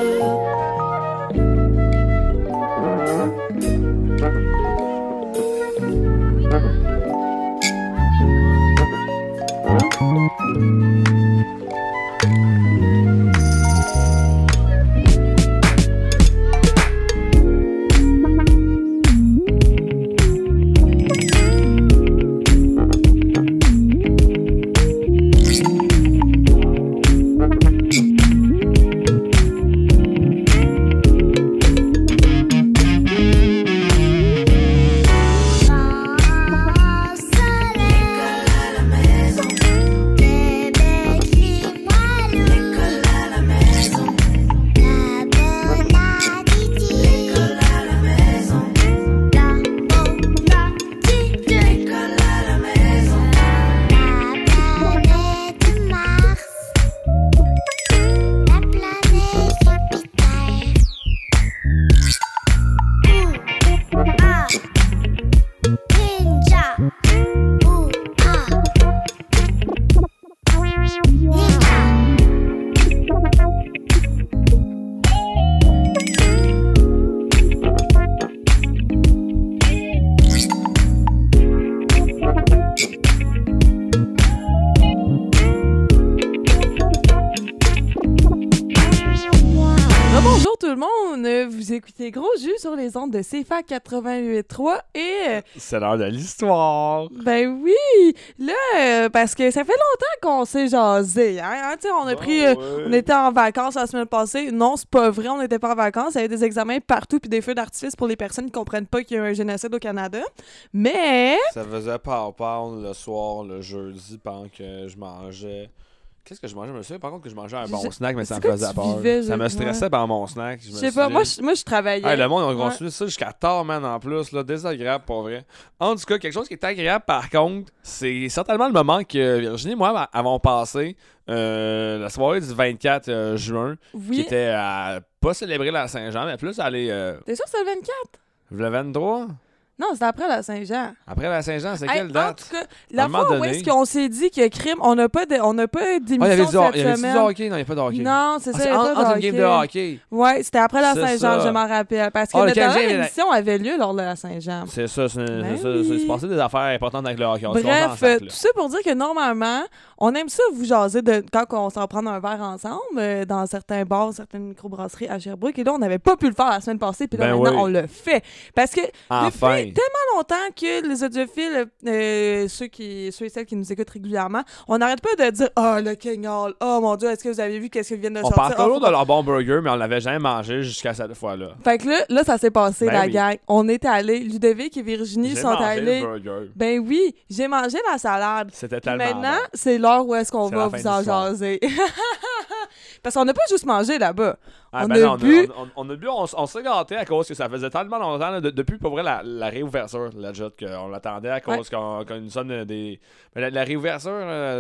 Speaker 3: tout le monde, vous écoutez Gros Jus sur les ondes de CFAC 88.3 et...
Speaker 2: C'est l'heure de l'histoire.
Speaker 3: Ben oui! Là, parce que ça fait longtemps qu'on s'est jasé, hein? Tu sais, on a pris... On était en vacances la semaine passée. Non, c'est pas vrai, on n'était pas en vacances. Il y avait des examens partout puis des feux d'artifice pour les personnes qui comprennent pas qu'il y a un génocide au Canada. Mais...
Speaker 2: Ça faisait pow-pow le soir, le jeudi, pendant que je mangeais... Qu'est-ce que je mangeais? Je me souviens par contre que je mangeais un bon snack, mais ça me faisait peur. Ça me stressait par mon snack.
Speaker 3: Je sais pas, moi je travaillais.
Speaker 2: Hey, le monde a continué ça jusqu'à tard, man, en plus. Là, désagréable, pour vrai. En tout cas, quelque chose qui est agréable, par contre, c'est certainement le moment que Virginie et moi avons passé la soirée du 24 juin, qui était à pas célébrer la Saint-Jean, mais plus aller...
Speaker 3: T'es sûr que c'est le 24?
Speaker 2: Le 23?
Speaker 3: Non, c'était après la Saint-Jean.
Speaker 2: Après la Saint-Jean, c'est quelle date?
Speaker 3: En tout cas, la fois où est-ce qu'on s'est dit que crime, on n'a pas d'émission cette
Speaker 2: il y avait
Speaker 3: semaine.
Speaker 2: du hockey? Non, il n'y a pas de hockey.
Speaker 3: Non, c'est ça, il n'y a pas de
Speaker 2: entre
Speaker 3: hockey.
Speaker 2: une game de hockey.
Speaker 3: Ouais, c'était après la
Speaker 2: C'est
Speaker 3: Saint-Jean,
Speaker 2: ça.
Speaker 3: je m'en rappelle. Parce que notre dernière émission avait lieu lors de la Saint-Jean.
Speaker 2: C'est ça,
Speaker 3: Ben
Speaker 2: c'est passé des affaires importantes avec le hockey.
Speaker 3: Bref, tout ça pour dire que normalement, on aime ça vous jaser quand on s'en prend un verre ensemble dans certains bars, certaines microbrasseries à Sherbrooke. Et là, on n'avait pas pu le faire la semaine passée, puis là, maintenant, on le fait. Parce que depuis tellement longtemps que les audiophiles, ceux et celles qui nous écoutent régulièrement, on n'arrête pas de dire « Ah, le King Hall! Oh mon Dieu, est-ce que vous avez vu qu'est-ce qu'ils viennent de sortir? »
Speaker 2: On parle toujours de leur bon burger, mais on l'avait jamais mangé jusqu'à cette fois-là.
Speaker 3: Fait que là ça s'est passé, gang. On est allés, Ludovic et Virginie sont allés. Ben oui, j'ai mangé la salade.
Speaker 2: C'était tellement
Speaker 3: maintenant,
Speaker 2: bon.
Speaker 3: c'est l'heure où est-ce qu'on va vous en jaser. Parce qu'on n'a pas juste mangé là-bas. On a bu,
Speaker 2: on s'est gâtés à cause que ça faisait tellement longtemps, là, depuis pour vrai la réouverture, legit, qu'on l'attendait à cause qu'on nous sonne des... Mais la réouverture...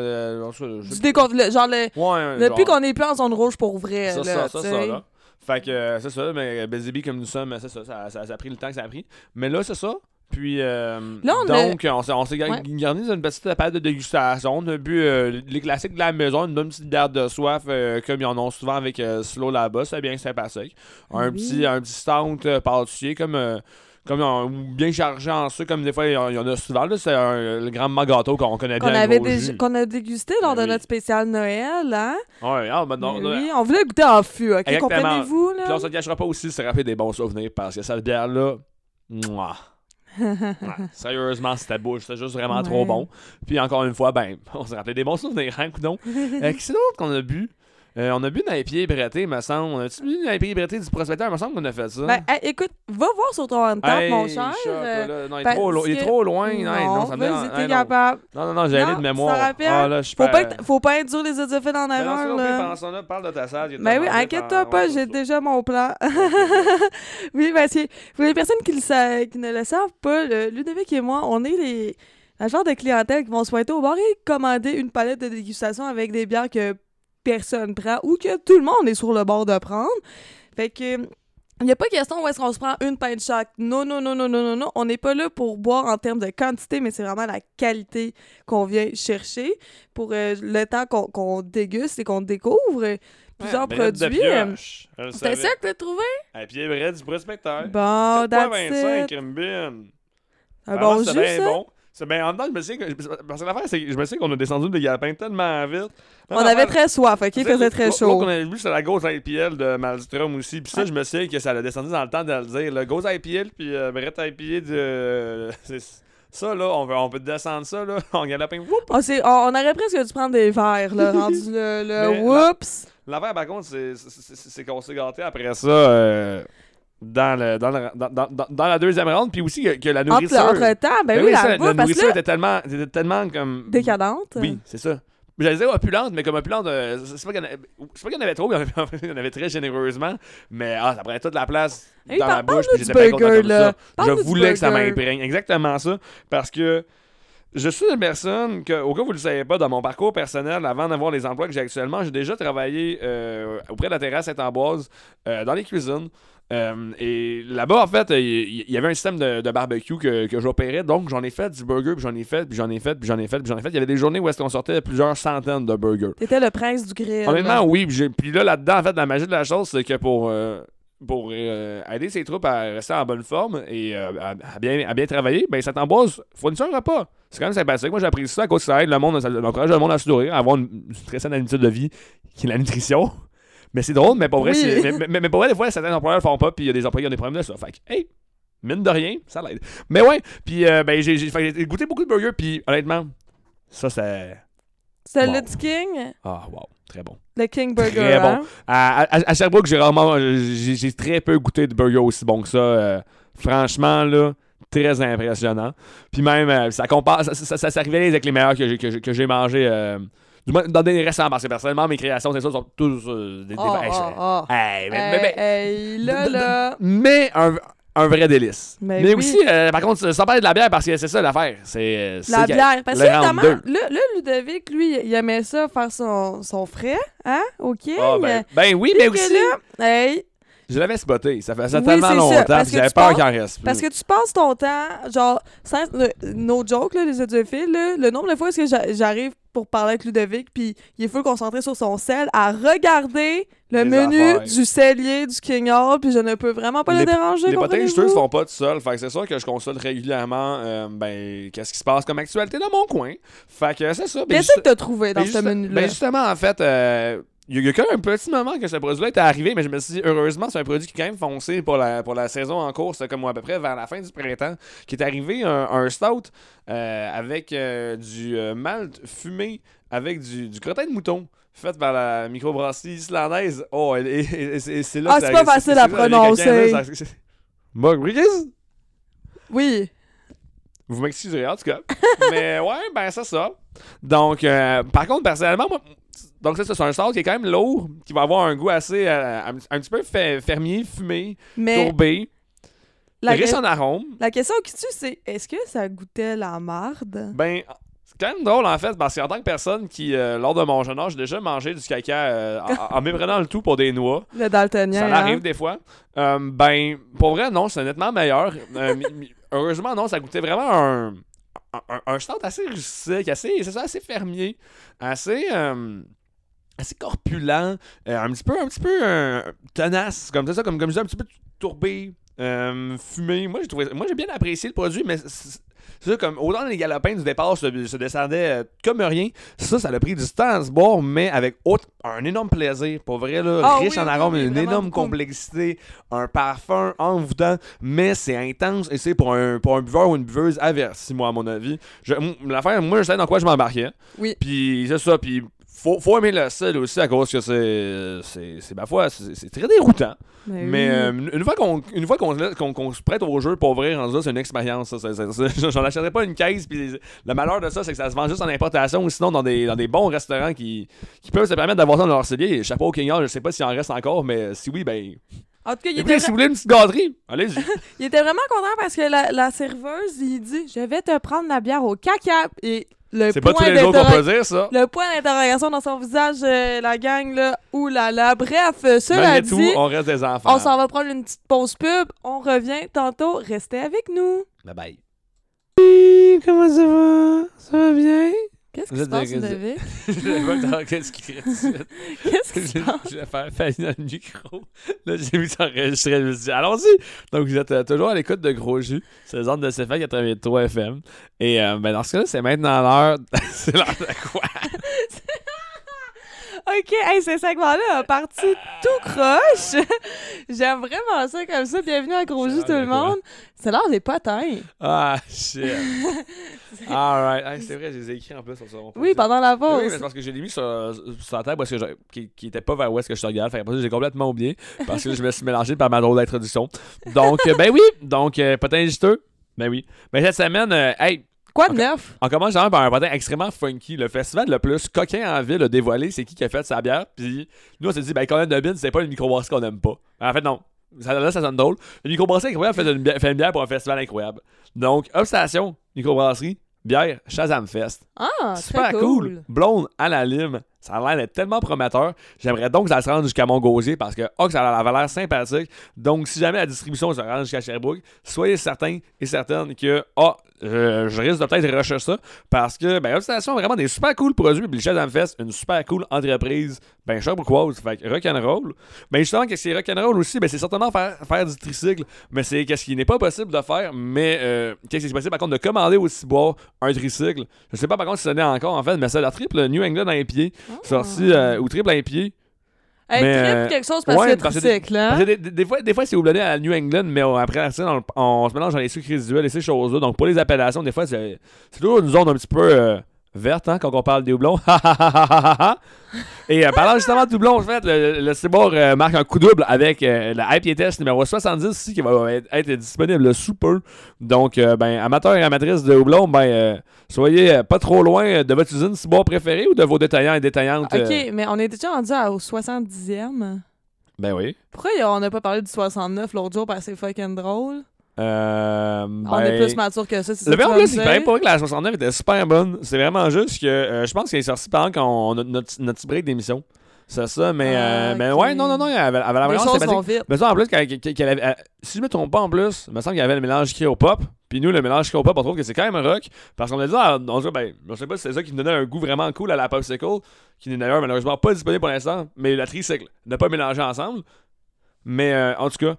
Speaker 3: du décompte, genre depuis qu'on est plus en zone rouge pour vrai.
Speaker 2: Ça, là. Fait que c'est ça, mais Bézibi comme nous sommes, c'est ça a pris le temps que ça a pris. Mais là, c'est ça. Puis, on s'est gardé dans une petite période de dégustation. On a bu les classiques de la maison, une bonne petite bière de soif, comme ils en ont souvent avec Slow là-bas. C'est bien sympathique. Un petit stout pâtissier, comme bien chargé en sucre, comme des fois, il y en a souvent. Là, c'est le grand gâteau qu'on connaît bien.
Speaker 3: Qu'on a dégusté lors de notre spécial Noël, hein?
Speaker 2: Oui,
Speaker 3: on voulait goûter en fût, OK?
Speaker 2: Exactement.
Speaker 3: Comprenez-vous, là?
Speaker 2: Puis on se cachera pas aussi, c'est rappeler des bons souvenirs, parce que cette bière-là, sérieusement, c'était beau, c'était juste vraiment trop bon. Puis encore une fois, on s'est rappelé des bons souvenirs, hein, coudonc. Qu'est-ce d'autre qu'on a bu? On a bu dans les pieds brettés, me semble. On a-tu bu dans les pieds brettés du prospecteur? Il me semble qu'on a fait ça.
Speaker 3: Écoute, va voir sur ton handtap, mon cher.
Speaker 2: Non, il est trop loin.
Speaker 3: Non, vas-y, t'es capable.
Speaker 2: Non, j'ai allé de mémoire.
Speaker 3: Ça rappelle. Faut pas être dur les audiophiles en erreur,
Speaker 2: là. Parle de ta salle.
Speaker 3: Ben oui, inquiète-toi pas, j'ai déjà mon plan. Oui, parce que pour les personnes qui ne le savent pas, Ludovic et moi, on est la genre de clientèle qui vont se pointer au bar et commander une palette de dégustation avec des bières que personne prend ou que tout le monde est sur le bord de prendre. Fait que il n'y a pas question où est-ce qu'on se prend une pinte chaque. Non. On n'est pas là pour boire en termes de quantité, mais c'est vraiment la qualité qu'on vient chercher pour le temps qu'on déguste et qu'on découvre plusieurs produits. C'était ça que tu as trouvé?
Speaker 2: À pied bret du prospecteur.
Speaker 3: Bon, that's
Speaker 2: 4,25
Speaker 3: it.
Speaker 2: crème bin.
Speaker 3: Un bon jus,
Speaker 2: c'est bien
Speaker 3: ça?
Speaker 2: bon. C'est bien, en dedans, je me souviens parce que l'affaire, c'est que je me souviens qu'on a descendu des galopins tellement vite.
Speaker 3: On avait très soif, OK? Il faisait très chaud.
Speaker 2: L'autre qu'on avait vu, c'est la Ghost IPL de Malmstrom aussi. Puis ça, je me souviens que ça l'a descendu dans le temps de le dire. Le Ghost IPL, puis Brett IPA de... Ça, là, on peut descendre ça, là, en galopin.
Speaker 3: On aurait presque dû prendre des verres, là, rendu le whoops.
Speaker 2: L'affaire, par contre, c'est qu'on s'est gâté après ça... Dans la deuxième ronde, puis aussi que la nourriture...
Speaker 3: Entre-temps, ben oui, la
Speaker 2: nourriture était tellement comme...
Speaker 3: Décadente.
Speaker 2: Oui, c'est ça. J'allais dire opulente, mais comme opulente, c'est pas qu'il y en avait trop, il y en avait très généreusement, mais ça prenait toute la place dans ma bouche, puis j'étais pas content comme ça. Je voulais que ça m'imprègne. Exactement ça, parce que je suis une personne que, au cas où vous ne le savez pas, dans mon parcours personnel, avant d'avoir les emplois que j'ai actuellement, j'ai déjà travaillé auprès de la terrasse Saint-Ambroise, dans les cuisines. Et là-bas, en fait, il y avait un système de barbecue que j'opérais. Donc, j'en ai fait du burger, puis j'en ai fait. Il y avait des journées où est-ce qu'on sortait plusieurs centaines de burgers.
Speaker 3: T'étais le prince du grill.
Speaker 2: Honnêtement, oui. Puis là-dedans, en fait, la magie de la chose, c'est que pour aider ses troupes à rester en bonne forme et à bien travailler, ben Saint-Ambroise fournit un repas. C'est quand même sympathique. Moi, j'ai appris ça à cause que ça aide le monde, ça encourage le monde à se nourrir, à avoir une très saine habitude de vie, qui est la nutrition. Mais c'est drôle, mais pour vrai,
Speaker 3: Oui.
Speaker 2: mais pour vrai, des fois, certains employeurs le font pas, puis il y a des employés qui ont des problèmes de ça. Fait que, hey, mine de rien, ça l'aide. Mais ouais, puis ben, j'ai goûté beaucoup de burgers, puis honnêtement, ça, c'est...
Speaker 3: C'est
Speaker 2: Wow.
Speaker 3: le du King,
Speaker 2: Ah, wow, très bon.
Speaker 3: le King Burger.
Speaker 2: Très bon.
Speaker 3: hein?
Speaker 2: À Sherbrooke, j'ai très peu goûté de burgers aussi bons que ça. Franchement, là, très impressionnant. Puis même, ça rivalise avec les meilleurs que j'ai mangés. Du moins, dans des restaurants, parce que personnellement, mes créations, c'est ça, sont tous des... Hey, mais un vrai délice.
Speaker 3: Mais
Speaker 2: Mais
Speaker 3: oui.
Speaker 2: aussi, par contre, sans parler de la bière, parce que c'est ça l'affaire. C'est
Speaker 3: La bière. Parce que
Speaker 2: le round
Speaker 3: justement,
Speaker 2: deux.
Speaker 3: là, Ludovic, lui, il aimait ça, faire son frais, hein, au King.
Speaker 2: Ah, ben oui, mais
Speaker 3: Puis que
Speaker 2: aussi,
Speaker 3: là, hey,
Speaker 2: je l'avais spoté. Ça faisait
Speaker 3: Oui,
Speaker 2: tellement
Speaker 3: c'est ça,
Speaker 2: longtemps,
Speaker 3: parce
Speaker 2: puis
Speaker 3: que
Speaker 2: j'avais
Speaker 3: tu
Speaker 2: peur
Speaker 3: penses-
Speaker 2: qu'il en reste plus.
Speaker 3: parce que tu passes ton temps, genre, no joke, là, les audiophiles, là, le nombre de fois est-ce que j'arrive pour parler avec Ludovic, puis il est full concentré sur son sel, à regarder le
Speaker 2: Les
Speaker 3: menu
Speaker 2: affaires.
Speaker 3: du cellier du King Hall, puis je ne peux vraiment pas le déranger.
Speaker 2: Les potins
Speaker 3: comprenez-vous?
Speaker 2: juteux se font pas tout seuls. Fait que c'est sûr que je consulte régulièrement qu'est-ce qui se passe comme actualité dans mon coin. Fait que c'est ça.
Speaker 3: Qu'est-ce que t'as trouvé dans ce menu-là?
Speaker 2: Ben justement, en fait, il y a quand même un petit moment que ce produit-là était arrivé, mais je me suis dit, heureusement, c'est un produit qui est quand même foncé pour la saison en cours. C'est comme à peu près vers la fin du printemps, qui est arrivé un stout avec du malt fumé, avec du crottin de mouton. Fait par la microbrasserie islandaise. Oh, et c'est là
Speaker 3: Ah,
Speaker 2: que
Speaker 3: c'est
Speaker 2: ça-
Speaker 3: pas facile à
Speaker 2: là, les
Speaker 3: prononcer.
Speaker 2: coquins, là, Mugriggis?
Speaker 3: Oui.
Speaker 2: Vous m'excuserez, en tout cas. Mais ouais, ben c'est ça. Donc, par contre, personnellement, moi, donc ça, c'est un stout qui est quand même lourd, qui va avoir un goût assez, un petit peu fermier, fumé,
Speaker 3: Mais
Speaker 2: tourbé,
Speaker 3: la,
Speaker 2: riche en arômes.
Speaker 3: la question qui tue, c'est est-ce que ça goûtait la marde?
Speaker 2: Ben, c'est quand même drôle, en fait, parce qu'en tant que personne qui, lors de mon jeune âge, j'ai déjà mangé du caca en méprenant le tout pour des noix.
Speaker 3: Le daltonien.
Speaker 2: Ça
Speaker 3: hein?
Speaker 2: l'arrive des fois. Ben, pour vrai, non, c'est nettement meilleur. Heureusement, non, ça goûtait vraiment un stout assez rustique, assez fermier, assez corpulent, un petit peu tenace, comme ça, comme je disais, un petit peu tourbé, fumé. Moi, j'ai bien apprécié le produit, mais c'est ça, comme autant les galopins du départ se descendaient comme rien, ça a pris du temps à se boire, mais avec un énorme plaisir. Pour vrai, là,
Speaker 3: Ah
Speaker 2: riche
Speaker 3: oui,
Speaker 2: en arômes,
Speaker 3: oui,
Speaker 2: une
Speaker 3: vraiment
Speaker 2: énorme
Speaker 3: beaucoup.
Speaker 2: complexité, un parfum envoûtant, mais c'est intense et c'est pour un buveur ou une buveuse avertie, moi, à mon avis. L'affaire, moi, je sais dans quoi je m'embarquais.
Speaker 3: Oui.
Speaker 2: Puis c'est ça, puis faut aimer le sel aussi à cause que c'est ma foi, c'est très déroutant. Mais une fois qu'on se prête au jeu, pour vrai, rendu là, c'est une expérience. J'en achèterais pas une caisse. Puis le malheur de ça, c'est que ça se vend juste en importation ou sinon dans des bons restaurants qui peuvent se permettre d'avoir ça dans leur cellier. Chapeau au King Hall, je sais pas s'il en reste encore, mais si oui, ben.
Speaker 3: En tout cas,
Speaker 2: Écoutez, si vous voulez une petite gâterie, allez-y.
Speaker 3: il était vraiment content parce que la serveuse, il dit « Je vais te prendre la bière au caca. » Et le
Speaker 2: C'est pas tous
Speaker 3: point
Speaker 2: les jours qu'on
Speaker 3: d'interrogation...
Speaker 2: peut dire ça.
Speaker 3: Le point d'interrogation dans son visage, la gang, là, oulala. Bref, cela
Speaker 2: Malgré
Speaker 3: dit,
Speaker 2: tout, on reste des enfants.
Speaker 3: on s'en va prendre une petite pause pub. On revient tantôt. Restez avec nous.
Speaker 2: Bye bye.
Speaker 3: Comment ça va? Ça va bien? Qu'est-ce qui
Speaker 2: Vous
Speaker 3: se passe,
Speaker 2: êtes-
Speaker 3: Ludovic?
Speaker 2: Je vais pas dans qu'est-ce qui crie tout de suite.
Speaker 3: Qu'est-ce qui se passe?
Speaker 2: Je vais faire faillir dans le micro. Là, j'ai vu s'enregistrer. Je me suis dit, allons-y. Donc, vous êtes toujours à l'écoute de Gros Jus. C'est les ondes de CFA 83 FM. Et ben, dans ce cas-là, c'est maintenant l'heure. C'est l'heure de quoi?
Speaker 3: OK, hey, ce segment-là a parti tout croche. J'aime vraiment ça comme ça. Bienvenue à Gros
Speaker 2: C'est
Speaker 3: Jus, tout
Speaker 2: l'heure
Speaker 3: le
Speaker 2: de quoi?
Speaker 3: monde. C'est l'heure des potins.
Speaker 2: Ah, shit. Alright. Hey, c'est vrai, je les ai écrits en plus sur son
Speaker 3: Oui, pendant la
Speaker 2: Oui, mais
Speaker 3: pause.
Speaker 2: c'est parce que je l'ai mis sur la table parce que qui était pas vers où est-ce que je te regarde. Fait que j'ai complètement oublié parce que je me suis mélangé par ma drôle d'introduction. Donc, ben oui. Donc, potin juteux. Ben oui. Ben cette semaine, hey,
Speaker 3: Quoi de neuf?
Speaker 2: on commence jamais par un potin extrêmement funky. Le festival le plus coquin en ville a dévoilé c'est qui a fait sa bière. Puis nous, on s'est dit, ben Colin Dobbin, c'est pas une microbrasserie qu'on aime pas. En fait, non. Là, ça sonne drôle. Une microbrasserie incroyable fait une bière pour un festival incroyable. Donc, Obstation, microbrasserie, bière, Shazam Fest.
Speaker 3: Ah,
Speaker 2: Super
Speaker 3: très
Speaker 2: cool. Blonde à la lime. Ça a l'air d'être tellement prometteur. J'aimerais donc que ça se rende jusqu'à Montgausier parce que ça avait l'air sympathique. Donc, si jamais la distribution se rend jusqu'à Sherbrooke, soyez certains et certaines que je risque de peut-être rusher ça parce que Obstation a vraiment des super cool produits. Puis le Shazam Fest, une super cool entreprise. Sherbrookeoise. Fait que rock'n'roll. Justement, qu'est-ce qui est rock'n'roll aussi? C'est certainement faire du tricycle. Mais c'est qu'est-ce qui n'est pas possible de faire. Mais qu'est-ce qui est possible par contre de commander aussi boire un tricycle. Je sais pas par contre si ça n'est encore en fait, mais c'est la triple New England IPA. Sorti ou triple IPA.
Speaker 3: Hey, triple quelque chose parce que tricycle, hein?
Speaker 2: Parce que des fois c'est houblonné à New England, mais après ça, on se mélange dans les sucres résiduels et ces choses-là. Donc pour les appellations, des fois, c'est toujours une zone un petit peu verte, hein, quand on parle des houblons. Et parlant justement de doublons, en fait, le Cibor marque un coup double avec la IPA Test numéro 70 ici qui va être disponible sous peu. Donc, amateurs et amatrices de houblons, soyez pas trop loin de votre usine Cibor préférée ou de vos détaillants et détaillantes.
Speaker 3: OK, mais on est déjà rendu au 70e.
Speaker 2: Ben oui.
Speaker 3: Pourquoi on n'a pas parlé du 69 l'autre jour parce que c'est fucking drôle?
Speaker 2: On
Speaker 3: est plus mature que ça, c'est ça.
Speaker 2: Le pire, c'est pareil pour que la 69 était super bonne. C'est vraiment juste que je pense qu'elle est sortie pendant qu'on a notre petit break d'émission. C'est ça, mais ouais, non, elle avait
Speaker 3: les
Speaker 2: vraiment
Speaker 3: choses vont vite.
Speaker 2: Mais ça, en plus, qu'elle avait, si je me trompe pas en plus, il me semble qu'il y avait le mélange Cryopop. Puis nous, le mélange Cryopop, on trouve que c'est quand même rock. Parce qu'on a dit, je sais pas si c'est ça qui nous donnait un goût vraiment cool à la Popsicle, qui n'est d'ailleurs malheureusement pas disponible pour l'instant, mais la tricycle n'a pas mélangé ensemble. Mais en tout cas.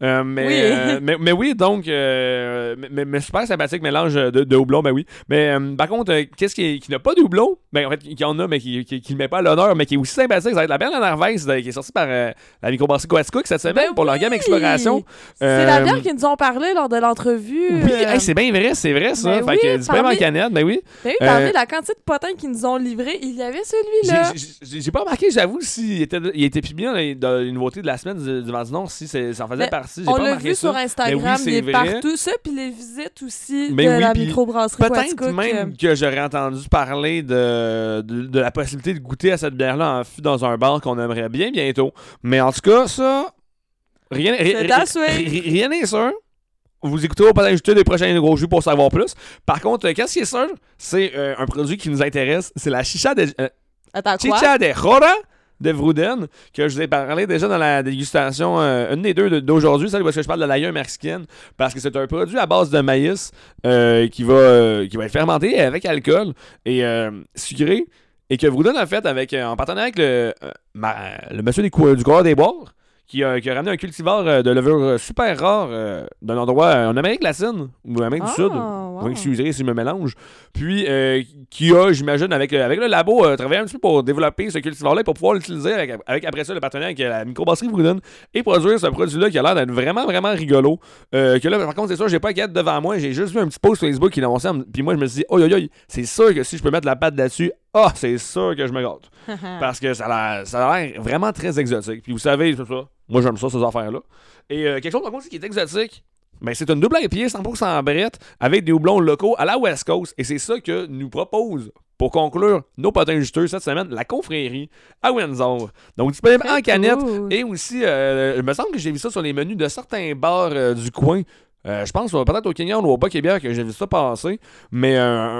Speaker 2: Mais oui, donc mais super sympathique mélange de houblon, ben oui. Mais par contre, qu'est-ce qui n'a pas de houblon? Ben en fait, qui en a, mais qui ne met pas à l'honneur, mais qui est aussi sympathique, ça va être la Berle à Narvaez, qui est sortie par la microbrasserie Coaticook cette semaine pour leur gamme Exploration.
Speaker 3: C'est la bière qu'ils nous ont parlé lors de l'entrevue.
Speaker 2: Oui, c'est bien vrai, c'est vrai ça.
Speaker 3: Ben
Speaker 2: fait que disponible en canette, ben oui.
Speaker 3: Ben oui, parmi la quantité de potins qu'ils nous ont livrés, il y avait celui-là.
Speaker 2: J'ai pas remarqué, j'avoue, s'il était plus bien dans les nouveautés de la semaine du Vent du Nord, si ça en faisait partie.
Speaker 3: On l'a vu sur Instagram, il est partout. Ça, puis les visites aussi de la microbrasserie Coaticook.
Speaker 2: Peut-être même que j'aurais entendu parler de la possibilité de goûter à cette bière-là en fût dans un bar qu'on aimerait bien bientôt. Mais en tout cas, ça, rien n'est sûr. Vous écoutez au Patin Juteux des prochains gros jus pour savoir plus. Par contre, qu'est-ce qui est sûr? C'est un produit qui nous intéresse. C'est la chicha de... Chicha de Jora de Vrouden, que je vous ai parlé déjà dans la dégustation, une des deux d'aujourd'hui, celle où je parle de l'aïeul mexicaine, parce que c'est un produit à base de maïs qui va être fermenté avec alcool et sucré, et que Vrouden a fait en partenariat avec le monsieur du Coureur des Boires, qui a ramené un cultivar de levure super rare d'un endroit en Amérique latine ou en Amérique du Sud. Vous m'excuserez si je me mélange. Puis, qui a, j'imagine, avec le labo, travaillé un petit peu pour développer ce cultivar-là pour pouvoir l'utiliser avec après ça le partenaire avec la microbrasserie Vrouden et produire ce produit-là qui a l'air d'être vraiment, vraiment rigolo. Que là, par contre, c'est sûr, j'ai pas la devant moi. J'ai juste vu un petit post Facebook qui l'annonçait. Puis moi, je me suis dit, oh, c'est sûr que si je peux mettre la patte là-dessus, c'est sûr que je me gâte. Parce que ça a l'air vraiment très exotique. Puis vous savez, c'est ça. Moi, j'aime ça, ces affaires-là. Et quelque chose, par contre, qui est exotique, c'est une double IPA 100% brette avec des houblons locaux à la West Coast. Et c'est ça que nous propose, pour conclure nos potins juteux cette semaine, la confrérie à Windsor. Donc, disponible en canette. Cool. Et aussi, il me semble que j'ai vu ça sur les menus de certains bars du coin. Je pense peut-être au Kenyan ou au Bac et Bière que j'ai vu ça passer. Mais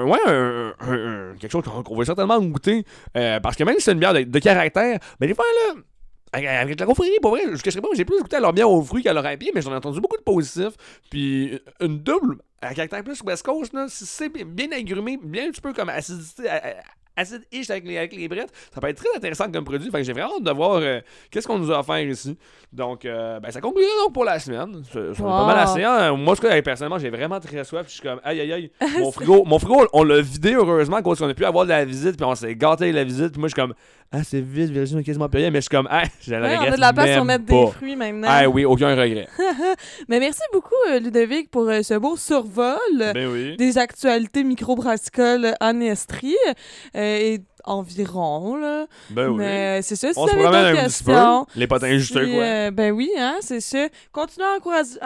Speaker 2: quelque chose qu'on va certainement goûter. Parce que même si c'est une bière de caractère, des fois, là, avec la confrérie, pour vrai, je ne cacherai pas, j'ai plus goûté à leur bière aux fruits qu'à leur IPA, mais j'en ai entendu beaucoup de positifs. Puis une double, à caractère plus West Coast, là, si c'est bien agrumé, bien un petit peu comme acidité, acide-ish avec les brettes, ça peut être très intéressant comme produit. Fait que j'ai vraiment hâte de voir qu'est-ce qu'on nous a offert ici. Donc, ça conclut donc pour la semaine. Ça pas mal assez. Hein? Moi, personnellement, j'ai vraiment très soif. Je suis comme, aïe. Mon frigo, on l'a vidé heureusement parce qu'on a pu avoir de la visite. Puis on s'est gâté avec la visite. Puis moi, je suis comme, c'est vide, Virginie, quasiment plus rien. Mais je suis comme, je le regrette.
Speaker 3: On a de la place pour mettre des fruits maintenant.
Speaker 2: Oui, aucun regret.
Speaker 3: Mais merci beaucoup, Ludovic, pour ce beau survol des actualités microbrassicoles en Estrie. Et environ, là. Mais c'est ça, si vous avez d'autres questions...
Speaker 2: Les potins juteux, quoi.
Speaker 3: Ben oui, hein, c'est ça. Continuez à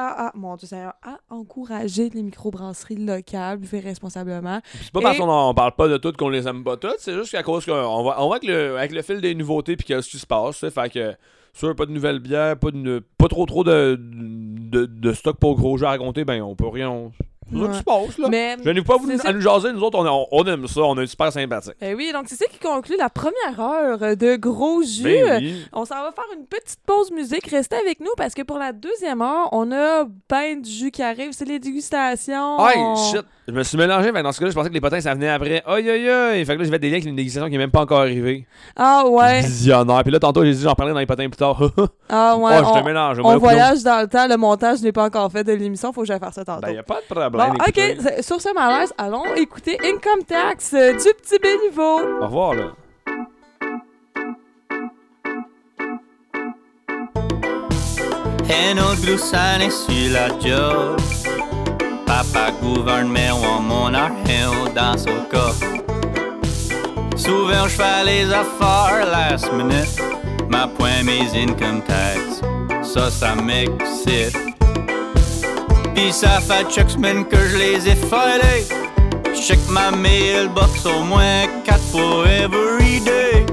Speaker 3: encourager les microbrasseries locales, buvez responsablement.
Speaker 2: C'est pas parce qu'on parle pas de toutes qu'on les aime pas toutes, c'est juste qu'à cause qu'on va avec le fil des nouveautés puis qu'est-ce qui se passe, fait que... Sûr, pas de nouvelles bières, pas trop de stock pour gros jeux à raconter, on peut rien... C'est ça qui se passe, là. Mais je n'ai pas voulu à nous jaser, nous autres, on aime ça, on est super sympathique.
Speaker 3: Oui, donc c'est ça qui conclut la première heure de Gros Jus. Oui. On s'en va faire une petite pause musique. Restez avec nous parce que pour la deuxième heure, on a du jus qui arrive, c'est les dégustations.
Speaker 2: Shit! Je me suis mélangé, dans ce cas-là, je pensais que les potins, ça venait après. Fait que là, je vais être des liens avec une dégustation qui n'est même pas encore arrivée. Visionnaire. Puis là, tantôt, j'ai dit, j'en parlais dans les potins plus tard. Je te mélange.
Speaker 3: On voyage dans le temps, le montage n'est pas encore fait de l'émission, faut que j'aille faire ça tantôt.
Speaker 2: Il n'y a pas de problème.
Speaker 3: Bon, OK, sur ce malaise, allons écouter Income Tax du Petit Béliveau.
Speaker 2: Au revoir, là.
Speaker 6: Un autre gloussane sur la job. Papa gouverne mais on mon argent dans son coffre. Souvent je fais les affaires last minute. Ma point mes income tax, ça m'excite. Pis ça fait chaque semaine que je les ai filés. Check ma mailbox au moins 4 fois every day.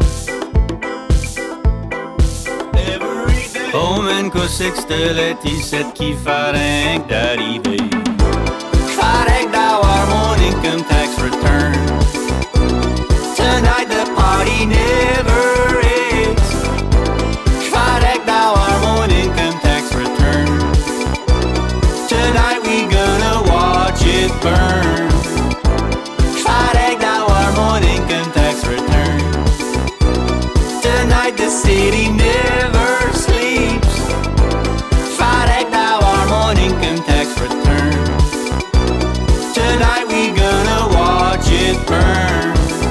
Speaker 6: Oh man, que c'est que c'était l'étiquette qui fait rien que d'arriver. Fait rien que d'avoir mon income tax return. Tonight the party never ends. Fait rien que d'avoir mon income tax return. Tonight we gonna watch it burn. Fait rien que d'avoir mon income tax return. Tonight the city never sleeps. Fait rien que d'avoir mon income tax return. Tonight we gonna watch it burn.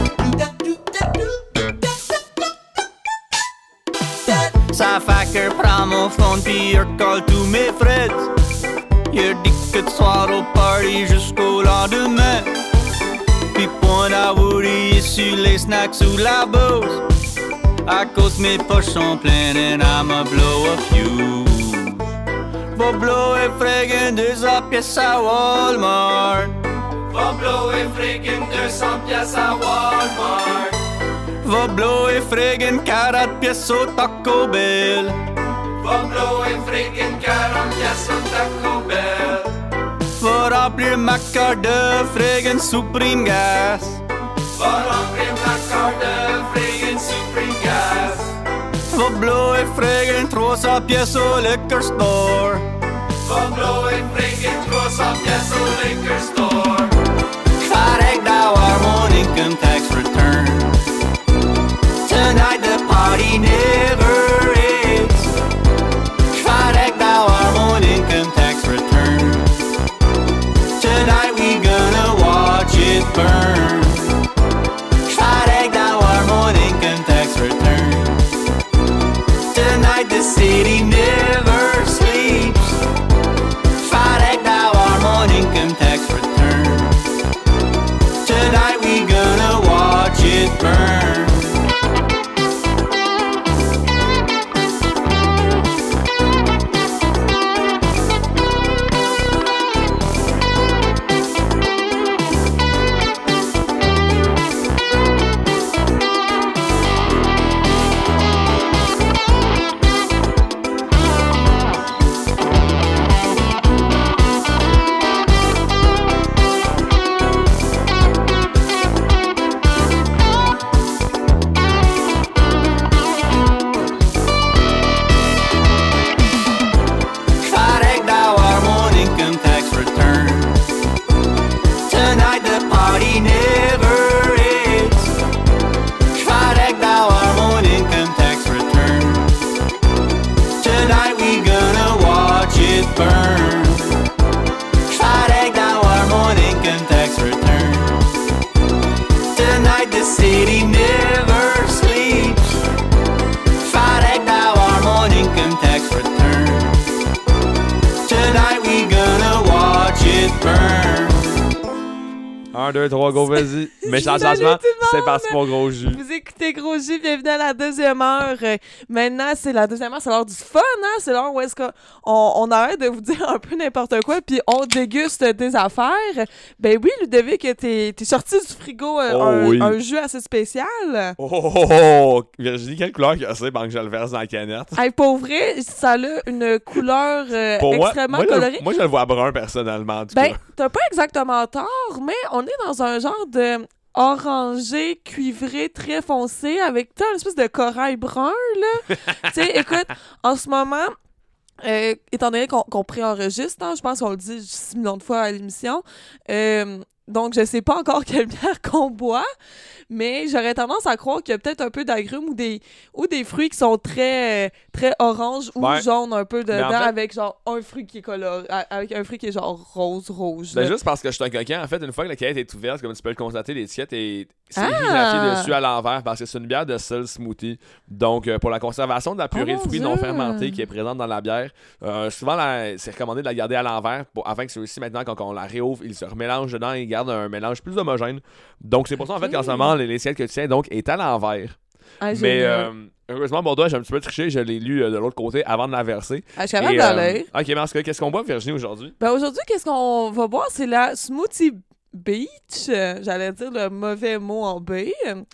Speaker 6: Ça fait que prend mon phone pis recolle tous mes frais. Y'a dit que de soir au party jusqu'au lendemain. Pis point d'avouri sur les snacks ou la bouse. À cause mes poches sont pleines and I'ma blow a fuse. Va blower friggin' 200 pièces à Walmart. Va blower friggin' 200 pièces à Walmart. Va blower friggin' 40 pièces au Taco Bell. Va blower friggin' 40 pièces au Taco Bell. Va remplir ma carte de friggin' Supreme Gas. Va remplir ma carte de friggin' Supreme Gas. Va blower friggin' 300 pièces au liquor store. Va blower friggin' 300 pièces au liquor store. Fait rien que d'avoir mon income tax return. Tonight the party never ends. Fait rien que d'avoir mon income tax return. Tonight we gonna watch it burn. Fait rien que d'avoir mon income tax return. Tonight the city never sleeps. Fait rien que d'avoir mon income tax return. Tonight we gonna watch it burn. Burn. Fait rien que d'avoir mon income tax return. Tonight the city never sleeps. Fait rien que d'avoir mon income tax return. Tonight we gonna watch it burn.
Speaker 2: 1, 2, 3, go, vas-y. Méchant changement, c'est parti pour Gros Jus.
Speaker 3: Vous écoutez Gros Jus, bienvenue à la deuxième heure. Maintenant, c'est la deuxième heure, c'est l'heure du fun, hein? C'est l'heure où est-ce qu'on arrête de vous dire un peu n'importe quoi, puis on déguste des affaires. Ben oui, Ludovic, t'es sorti du frigo un jus assez spécial.
Speaker 2: Oh, Virginie, quelle couleur qu'il y a ça pendant que je le verse dans la canette?
Speaker 3: Hey, pour vrai, ça a une couleur extrêmement colorée.
Speaker 2: Moi, je le vois brun personnellement, en tout
Speaker 3: cas. T'as pas exactement tort, mais on est dans un genre de orangé, cuivré, très foncé, avec une espèce de corail brun, là. Tu sais, écoute, en ce moment, étant donné qu'on préenregistre, hein, je pense qu'on le dit 6 millions de fois à l'émission, Donc, je sais pas encore quelle bière qu'on boit, mais j'aurais tendance à croire qu'il y a peut-être un peu d'agrumes ou des fruits qui sont très, très orange ou jaune un peu dedans,
Speaker 2: en fait,
Speaker 3: avec genre un fruit qui est coloré, avec un fruit qui est genre rouge.
Speaker 2: Ben juste parce que je suis un coquin, en fait, une fois que la canette est ouverte, comme tu peux le constater, l'étiquette est graphiée dessus à l'envers parce que c'est une bière de seul smoothie. Donc, pour la conservation de la purée de fruits non fermentés qui est présente dans la bière, souvent, c'est recommandé de la garder à l'envers afin que celui-ci, maintenant, quand on la réouvre, il se remélange dedans et garde un mélange plus homogène. Donc, c'est pour ça, en fait, qu'en ce moment, l'étiquette que tu tiens, donc, est à l'envers. Mais heureusement, mon doigt, j'ai un petit peu triché, je l'ai lu de l'autre côté avant de la verser.
Speaker 3: Je suis capable d'en lire.
Speaker 2: Ok, mais en ce cas, qu'est-ce qu'on boit, Virginie, aujourd'hui?
Speaker 3: Ben aujourd'hui, qu'est-ce qu'on va boire? C'est la Smoothie Beach. J'allais dire le mauvais mot en B.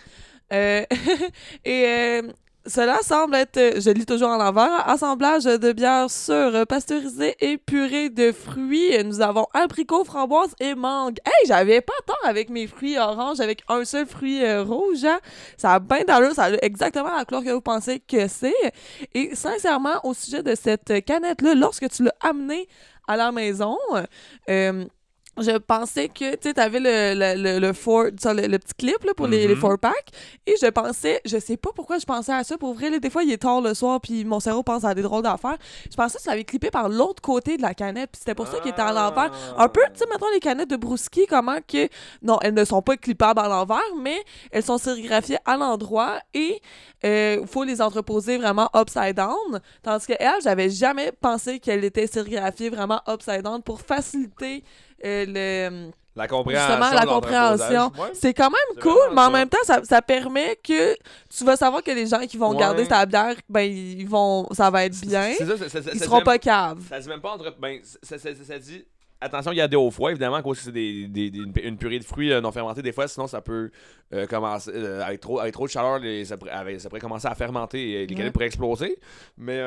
Speaker 3: Cela semble être, je lis toujours en l'envers, assemblage de bières sûres, pasteurisées et purée de fruits. Nous avons abricot, framboise et mangue. Hey, j'avais pas tort avec mes fruits orange, avec un seul fruit rouge. Hein? Ça a bien d'allure, ça a exactement la couleur que vous pensez que c'est. Et sincèrement, au sujet de cette canette-là, lorsque tu l'as amenée à la maison, je pensais que, tu sais, t'avais le petit clip là, pour les 4-packs, et je pensais, je sais pas pourquoi je pensais à ça, pour vrai, là, des fois, il est tard le soir, puis mon cerveau pense à des drôles d'affaires. Je pensais que tu l'avais clippé par l'autre côté de la canette, puis c'était pour ça qu'il était à l'envers. Un peu, tu sais, mettons les canettes de Brouski, comment que, non, elles ne sont pas clippables à l'envers, mais elles sont sérigraphiées à l'endroit, et il faut les entreposer vraiment upside down, tandis que elle, j'avais jamais pensé qu'elle était sérigraphiée vraiment upside down pour faciliter
Speaker 2: la compréhension.
Speaker 3: Justement, la compréhension. Ouais. C'est quand même cool, mais en même temps, ça permet que tu vas savoir que les gens qui vont garder ta bière, ben, ça va être bien. Ils seront pas caves. Ça
Speaker 2: dit même pas entre. Ben, ça dit. Attention, garder au froid, évidemment, à cause que c'est une purée de fruits non fermentés, des fois, sinon ça peut commencer. Avec trop de chaleur, ça pourrait commencer à fermenter et les canettes pourraient exploser. Mais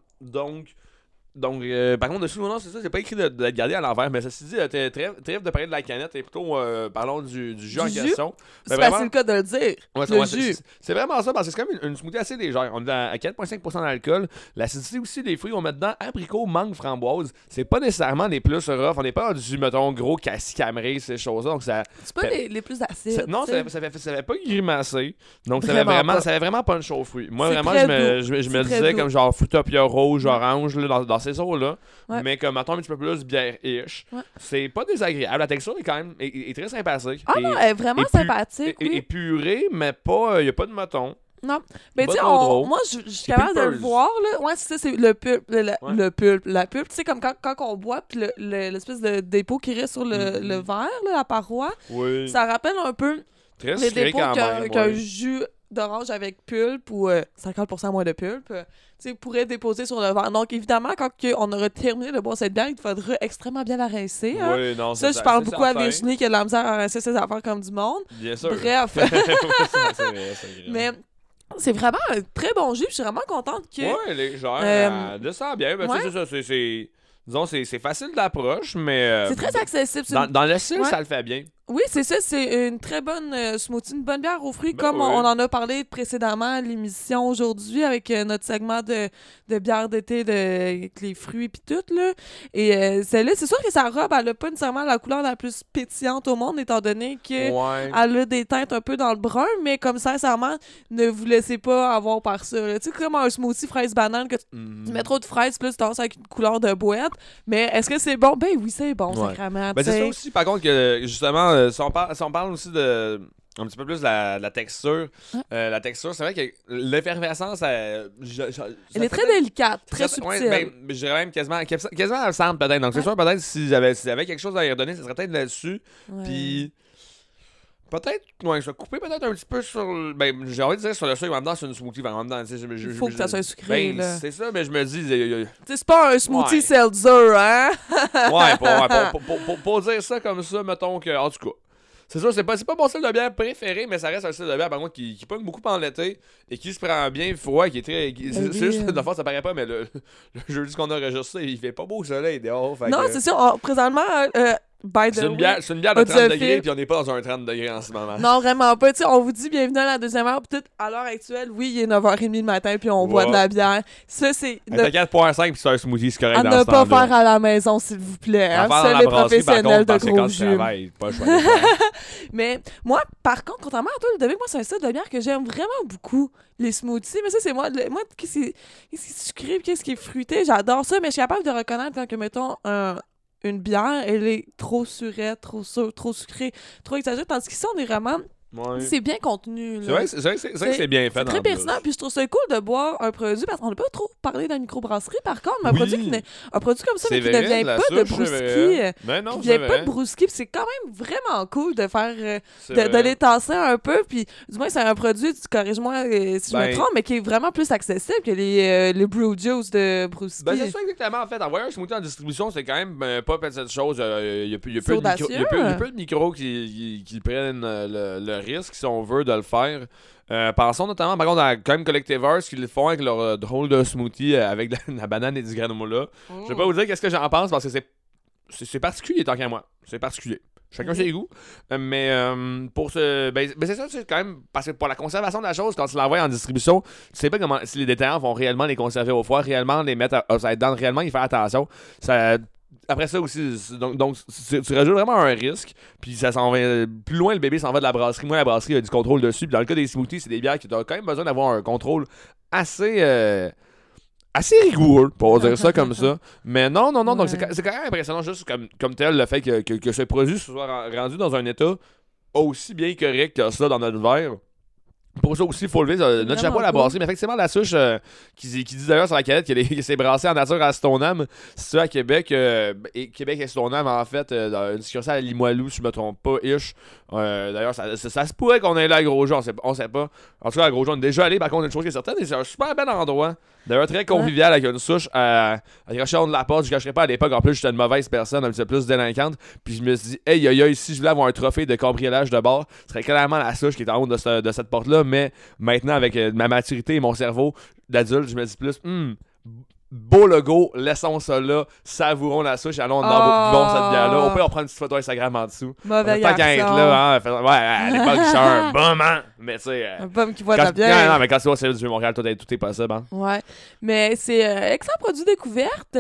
Speaker 2: Donc, par contre, dessus, non, c'est ça, c'est pas écrit de garder à l'envers, mais ça se dit, trêve de parler de la canette et plutôt parlons du jus en question.
Speaker 3: C'est facile le cas de le dire. Le jus.
Speaker 2: C'est vraiment ça, parce que c'est quand même une smoothie assez légère. On est à 4,5% d'alcool. L'acidité aussi des fruits, on met dedans abricot, mangue, framboise. C'est pas nécessairement les plus rough. On n'est pas du, mettons, gros cassis camré, ces choses-là. Donc ça.
Speaker 3: C'est pas les plus acides.
Speaker 2: Non, ça fait pas grimacer. Donc ça avait vraiment pas une chaud fruit. Moi, vraiment, je me disais comme genre Fruitopia rouge, orange, là, dans ces eaux-là, mais comme mettons un petit peu plus bière-ish. C'est pas désagréable. La texture est quand même est très sympathique.
Speaker 3: Ah non, elle est vraiment sympathique.
Speaker 2: Et purée, mais pas, il n'y a pas de mouton.
Speaker 3: Non. Mais tu sais, moi, je suis capable de le voir, là. Ouais, c'est ça, c'est le pulpe. Le pulpe. La pulpe, tu sais, comme quand on boit, puis l'espèce de dépôt qui reste sur le verre, là, la paroi, ça rappelle un peu
Speaker 2: très
Speaker 3: les dépôts qu'un jus d'orange avec pulpe ou 50% moins de pulpe, tu sais, pourrait déposer sur le verre. Donc, évidemment, quand on aura terminé de boire cette bière, il faudra extrêmement bien la rincer. Hein?
Speaker 2: Oui, non,
Speaker 3: ça, je parle beaucoup à Virginie qui a de la misère à rincer ses affaires comme du monde.
Speaker 2: Bien sûr.
Speaker 3: Bref. Mais c'est vraiment un très bon jus. Je suis vraiment contente que...
Speaker 2: Oui, légère. Descend bien. Ben, c'est ça, disons, c'est facile d'approche, mais...
Speaker 3: c'est très accessible.
Speaker 2: Dans le style, ça le fait bien.
Speaker 3: Oui, c'est ça. C'est une très bonne smoothie, une bonne bière aux fruits, comme on en a parlé précédemment à l'émission aujourd'hui avec notre segment de bière d'été avec les fruits et tout. Là. Et celle-là, c'est sûr que sa robe, elle n'a pas nécessairement la couleur la plus pétillante au monde, étant donné qu'elle a des teintes un peu dans le brun, mais comme sincèrement, ne vous laissez pas avoir par ça. Tu sais, comme un smoothie fraise-banane, que tu mets trop de fraises, plus tu tendance avec une couleur de boîte. Mais est-ce que c'est bon? Ben oui, c'est bon, sacrément.
Speaker 2: Ben, c'est ça aussi, par contre, que justement, si on parle aussi de un petit peu plus de la texture, la texture, c'est vrai que l'effervescence, elle
Speaker 3: est très délicate, très subtile.
Speaker 2: Ben, je dirais même quasiment absente peut-être. Donc c'est sûr, peut-être si j'avais quelque chose à y redonner, ça serait peut-être là-dessus. Puis peut-être, je vais couper peut-être un petit peu sur... Ben, j'ai envie de dire sur le sucre, en même temps, c'est une smoothie. En même temps,
Speaker 3: il faut que ça soit sucré, là.
Speaker 2: C'est ça, mais je me dis...
Speaker 3: c'est pas un smoothie seltzer, hein?
Speaker 2: Pour dire ça comme ça, mettons que... En tout cas, c'est sûr, c'est pas mon style de bière préféré, mais ça reste un style de bière, par contre, qui pogne beaucoup pendant l'été et qui se prend bien froid, qui est très... c'est juste, de fois, ça paraît pas, mais le jeudi qu'on a enregistré, il fait pas beau soleil dehors.
Speaker 3: Non, c'est sûr. Présentement... by the
Speaker 2: C'est
Speaker 3: way.
Speaker 2: une bière de 30
Speaker 3: audiophile.
Speaker 2: degrés, puis on n'est pas dans un 30 degrés en ce moment.
Speaker 3: Non, vraiment pas. Tu sais, on vous dit bienvenue à la deuxième heure. Puis tout, à l'heure actuelle, oui, il est 9h30 le matin, puis on boit de la bière. Ça, c'est...
Speaker 2: Avec 4.5 puis c'est un smoothie, c'est correct
Speaker 3: À
Speaker 2: dans
Speaker 3: ne
Speaker 2: ce
Speaker 3: pas
Speaker 2: temps-là.
Speaker 3: faire à la maison, s'il vous plaît.
Speaker 2: À
Speaker 3: Hein?
Speaker 2: faire dans
Speaker 3: Seuls
Speaker 2: la
Speaker 3: les
Speaker 2: brasserie, par
Speaker 3: professionnels
Speaker 2: contre,
Speaker 3: de
Speaker 2: parce que
Speaker 3: gros
Speaker 2: quand tu
Speaker 3: jus.
Speaker 2: travailles, pas le choix de le faire.
Speaker 3: Mais moi, par contre, contrairement à toi, Ludovic, moi, c'est un style de bière que j'aime vraiment beaucoup. Les smoothies. Mais ça, c'est moi. Moi, qu'est-ce qui est sucré puis qu'est-ce qui est fruité, j'adore ça. Mais je suis capable de reconnaître quand, que, mettons, une bière, elle est trop surette, trop sucrée, trop exagérée. Tandis qu'ici, on est vraiment...
Speaker 2: Ouais.
Speaker 3: C'est bien contenu. Là.
Speaker 2: C'est vrai que c'est bien fait.
Speaker 3: C'est très
Speaker 2: en plus.
Speaker 3: pertinent, puis je trouve ça cool de boire un produit, parce qu'on n'a pas trop parlé de la microbrasserie, par contre, mais un
Speaker 2: Oui.
Speaker 3: produit comme ça, mais qui
Speaker 2: vrai,
Speaker 3: ne vient
Speaker 2: la
Speaker 3: pas de
Speaker 2: souche, c'est
Speaker 3: brouski.
Speaker 2: vrai. Ben non,
Speaker 3: Qui
Speaker 2: c'est
Speaker 3: vient pas
Speaker 2: vrai.
Speaker 3: de brouski, puis c'est quand même vraiment cool de faire...
Speaker 2: C'est
Speaker 3: de
Speaker 2: vrai.
Speaker 3: les tasser un peu, puis du moins, c'est un produit, tu corriges-moi si je me
Speaker 2: Ben-
Speaker 3: trompe, mais qui est vraiment plus accessible que les brew juice de brouski.
Speaker 2: Ben, c'est ça exactement. En fait, envoyer un smoothie en distribution, c'est quand même pas cette chose. Il y a peu
Speaker 3: C'est
Speaker 2: de micros qui prennent le risque, si on veut, de le faire. Pensons notamment, par contre, à quand même Collectivers qui le font avec leur drôle de smoothie avec de la banane et du granola. Je vais pas vous dire qu'est-ce que j'en pense parce que c'est particulier tant qu'à moi. C'est particulier. Chacun ses goûts. Mais pour ce. Ben c'est ça, c'est quand même. Parce que pour la conservation de la chose, quand tu l'envoies en distribution, tu sais pas comment. Si les détaillants vont réellement les conserver au froid, réellement les mettre upside down, réellement y faire attention. Après ça aussi, donc tu rajoutes vraiment un risque, puis ça s'en va plus loin, le bébé s'en va de la brasserie. Moi, la brasserie a du contrôle dessus, puis dans le cas des smoothies, c'est des bières qui ont quand même besoin d'avoir un contrôle assez rigoureux, pour dire ça comme ça. Mais non, donc
Speaker 3: Ouais.
Speaker 2: c'est quand même impressionnant, juste comme tel, le fait que ce produit soit rendu dans un état aussi bien correct que ça dans notre verre. Pour ça aussi, il faut lever notre chapeau à la
Speaker 3: cool.
Speaker 2: brasserie. Mais effectivement, la souche qui dit d'ailleurs sur la canette que c'est brassé en nature à Stoneham, c'est ça à Québec. Et Québec et Stoneham, en fait, dans une succursale à Limoilou, si je me trompe pas, ish. D'ailleurs, ça se pourrait qu'on ait là à Gros-Jean, on sait pas. En tout cas, à Gros-Jean, on est déjà allé, par contre, une chose qui est certaine, et c'est un super bel endroit. D'ailleurs, très convivial avec une souche à accrocher de la porte. Je ne cacherai pas à l'époque, en plus, j'étais une mauvaise personne, un petit peu plus délinquante. Puis je me suis dit, hey, si je voulais avoir un trophée de cambriolage de bar, ce serait clairement la souche qui est en haut de cette porte-là. Mais maintenant, avec ma maturité et mon cerveau d'adulte, je me dis plus, beau logo, laissons ça là, savourons la souche, allons buvons cette bière-là. On peut en prendre une petite photo Instagram en dessous.
Speaker 3: Mauvais
Speaker 2: Tant qu'à être
Speaker 3: garçon.
Speaker 2: là, hein, ouais, à l'époque, j'étais un bon hein. Mais tu sais.
Speaker 3: Un pomme qui voit de la
Speaker 2: Non,
Speaker 3: bière.
Speaker 2: mais quand tu vas au service du Montréal, tout est possible. Hein.
Speaker 3: Ouais. Mais c'est excellent produit découverte.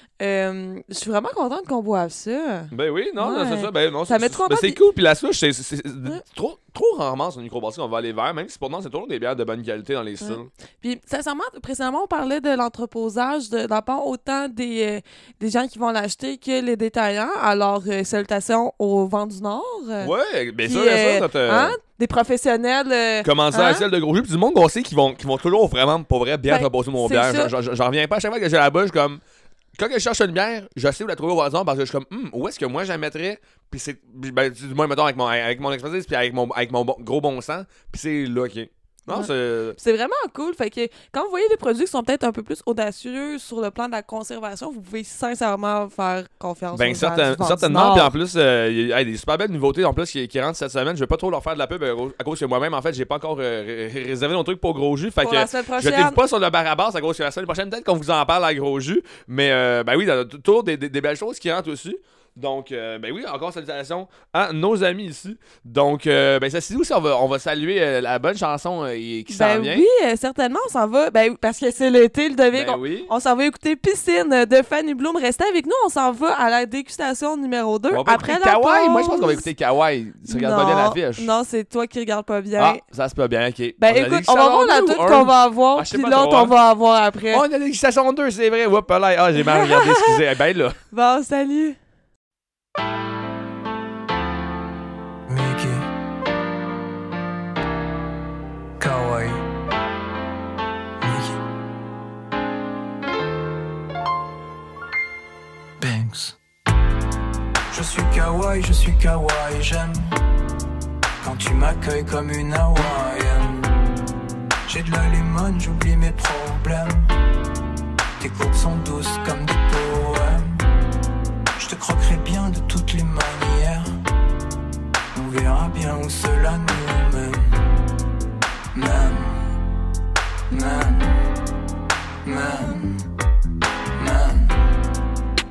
Speaker 3: Je suis vraiment contente qu'on boive ça.
Speaker 2: Ben oui, non,
Speaker 3: Ouais.
Speaker 2: c'est ça. Ben non,
Speaker 3: Ça met trop en
Speaker 2: c'est
Speaker 3: tête,
Speaker 2: cool. Puis la souche, c'est trop rarement sur une microbrasserie qu'on va aller vers, même si pourtant c'est toujours des bières de bonne qualité dans les styles.
Speaker 3: Puis, sincèrement, précédemment, on parlait de l'entreposage de la part autant des gens qui vont l'acheter que les détaillants. Alors, salutations au vent du Nord.
Speaker 2: Ouais, bien
Speaker 3: Puis,
Speaker 2: sûr, ça, notre.
Speaker 3: hein? Des professionnels.
Speaker 2: Commencer
Speaker 3: hein?
Speaker 2: à celle de gros jus, puis du monde qu'on sait qui vont toujours vraiment, pour vrai, bien
Speaker 3: Ben,
Speaker 2: reposer mon
Speaker 3: c'est
Speaker 2: bière.
Speaker 3: ça.
Speaker 2: J'en reviens pas. À chaque fois que j'ai la bouche, comme. Quand je cherche une bière, je sais où la trouver au hasard parce que je suis comme, où est-ce que moi je la mettrais? Puis c'est. Ben, du moins, mettons, avec mon expertise, puis avec mon gros bon sens, puis c'est là, ok. Non,
Speaker 3: Ouais. C'est vraiment cool. Fait que quand vous voyez des produits qui sont peut-être un peu plus audacieux sur le plan de la conservation, vous pouvez sincèrement faire confiance
Speaker 2: Ben
Speaker 3: aux gens du Vent du
Speaker 2: certainement,
Speaker 3: Nord.
Speaker 2: puis en plus, il y a des super belles nouveautés en plus qui rentrent cette semaine. Je vais pas trop leur faire de la pub à cause que moi-même, en fait, j'ai pas encore réservé mon truc pour Gros Jus. Fait
Speaker 3: Pour
Speaker 2: que
Speaker 3: la semaine prochaine.
Speaker 2: jetez-vous pas sur le bar à basse à cause que la semaine prochaine, peut-être qu'on vous en parle à Gros Jus. Mais ben oui, il y a toujours des belles choses qui rentrent aussi. Donc, ben oui, encore salutations à nos amis ici. Donc, ben ça, c'est aussi, on va saluer la bonne chanson qui s'en vient.
Speaker 3: Oui, certainement, on s'en va. Ben, parce que c'est l'été, Ludovic.
Speaker 2: Ben oui.
Speaker 3: On s'en va écouter Piscine de Fanny Bloom. Restez avec nous, on s'en va à la dégustation numéro 2.
Speaker 2: On va
Speaker 3: Après
Speaker 2: écouter
Speaker 3: la
Speaker 2: Kawaii.
Speaker 3: pause.
Speaker 2: Moi, je pense qu'on va écouter Kawaii. Tu regardes pas bien l'affiche.
Speaker 3: Non, c'est toi qui regardes pas bien.
Speaker 2: Ah, ça se peut bien, ok.
Speaker 3: Ben
Speaker 2: On a
Speaker 3: écoute,
Speaker 2: des
Speaker 3: on va voir la
Speaker 2: salons
Speaker 3: toute
Speaker 2: deux ou
Speaker 3: qu'on
Speaker 2: un?
Speaker 3: va avoir,
Speaker 2: Ah, je sais
Speaker 3: puis
Speaker 2: pas
Speaker 3: l'autre
Speaker 2: trop,
Speaker 3: on va avoir après.
Speaker 2: Oh, on a des stations 2, c'est vrai. Hop là. Ah, j'ai mal regardé, excusez. Ben là.
Speaker 3: Bon, salut.
Speaker 7: Mickey Kawaii Mickey Banks. Je suis kawaii, j'aime quand tu m'accueilles comme une hawaïenne. J'ai de la limone, j'oublie mes problèmes. Tes courbes sont douces comme des poèmes. Je te croquerai bien de toutes les manières. On verra bien où cela nous mène.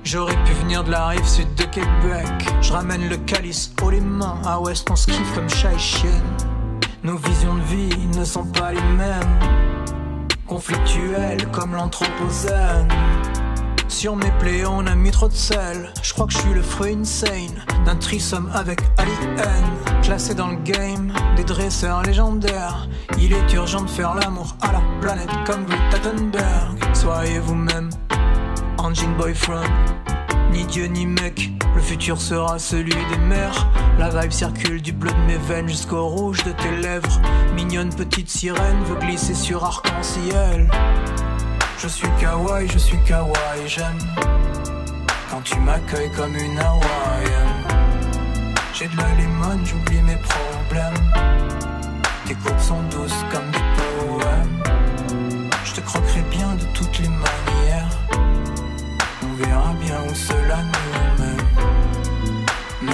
Speaker 7: J'aurais pu venir de la rive sud de Québec. Je ramène le calice haut les mains. À Ouest on se kiffe comme chat et chienne. Nos visions de vie ne sont pas les mêmes. Conflictuelles comme l'anthropocène. Sur mes plaies on a mis trop de sel. Je crois que je suis le fruit insane d'un threesome avec Alien. Classé dans le game des dresseurs légendaires. Il est urgent de faire l'amour à la planète comme Greta Thunberg. Soyez vous-même, engine boyfriend. Ni dieu ni mec, le futur sera celui des mers. La vibe circule du bleu de mes veines jusqu'au rouge de tes lèvres. Mignonne petite sirène veut glisser sur arc-en-ciel. Je suis kawaii, j'aime quand tu m'accueilles comme une hawaïenne. J'ai de la limone, j'oublie mes problèmes. Tes courbes sont douces comme des poèmes. Je te croquerai bien de toutes les manières. On verra bien où cela nous mène.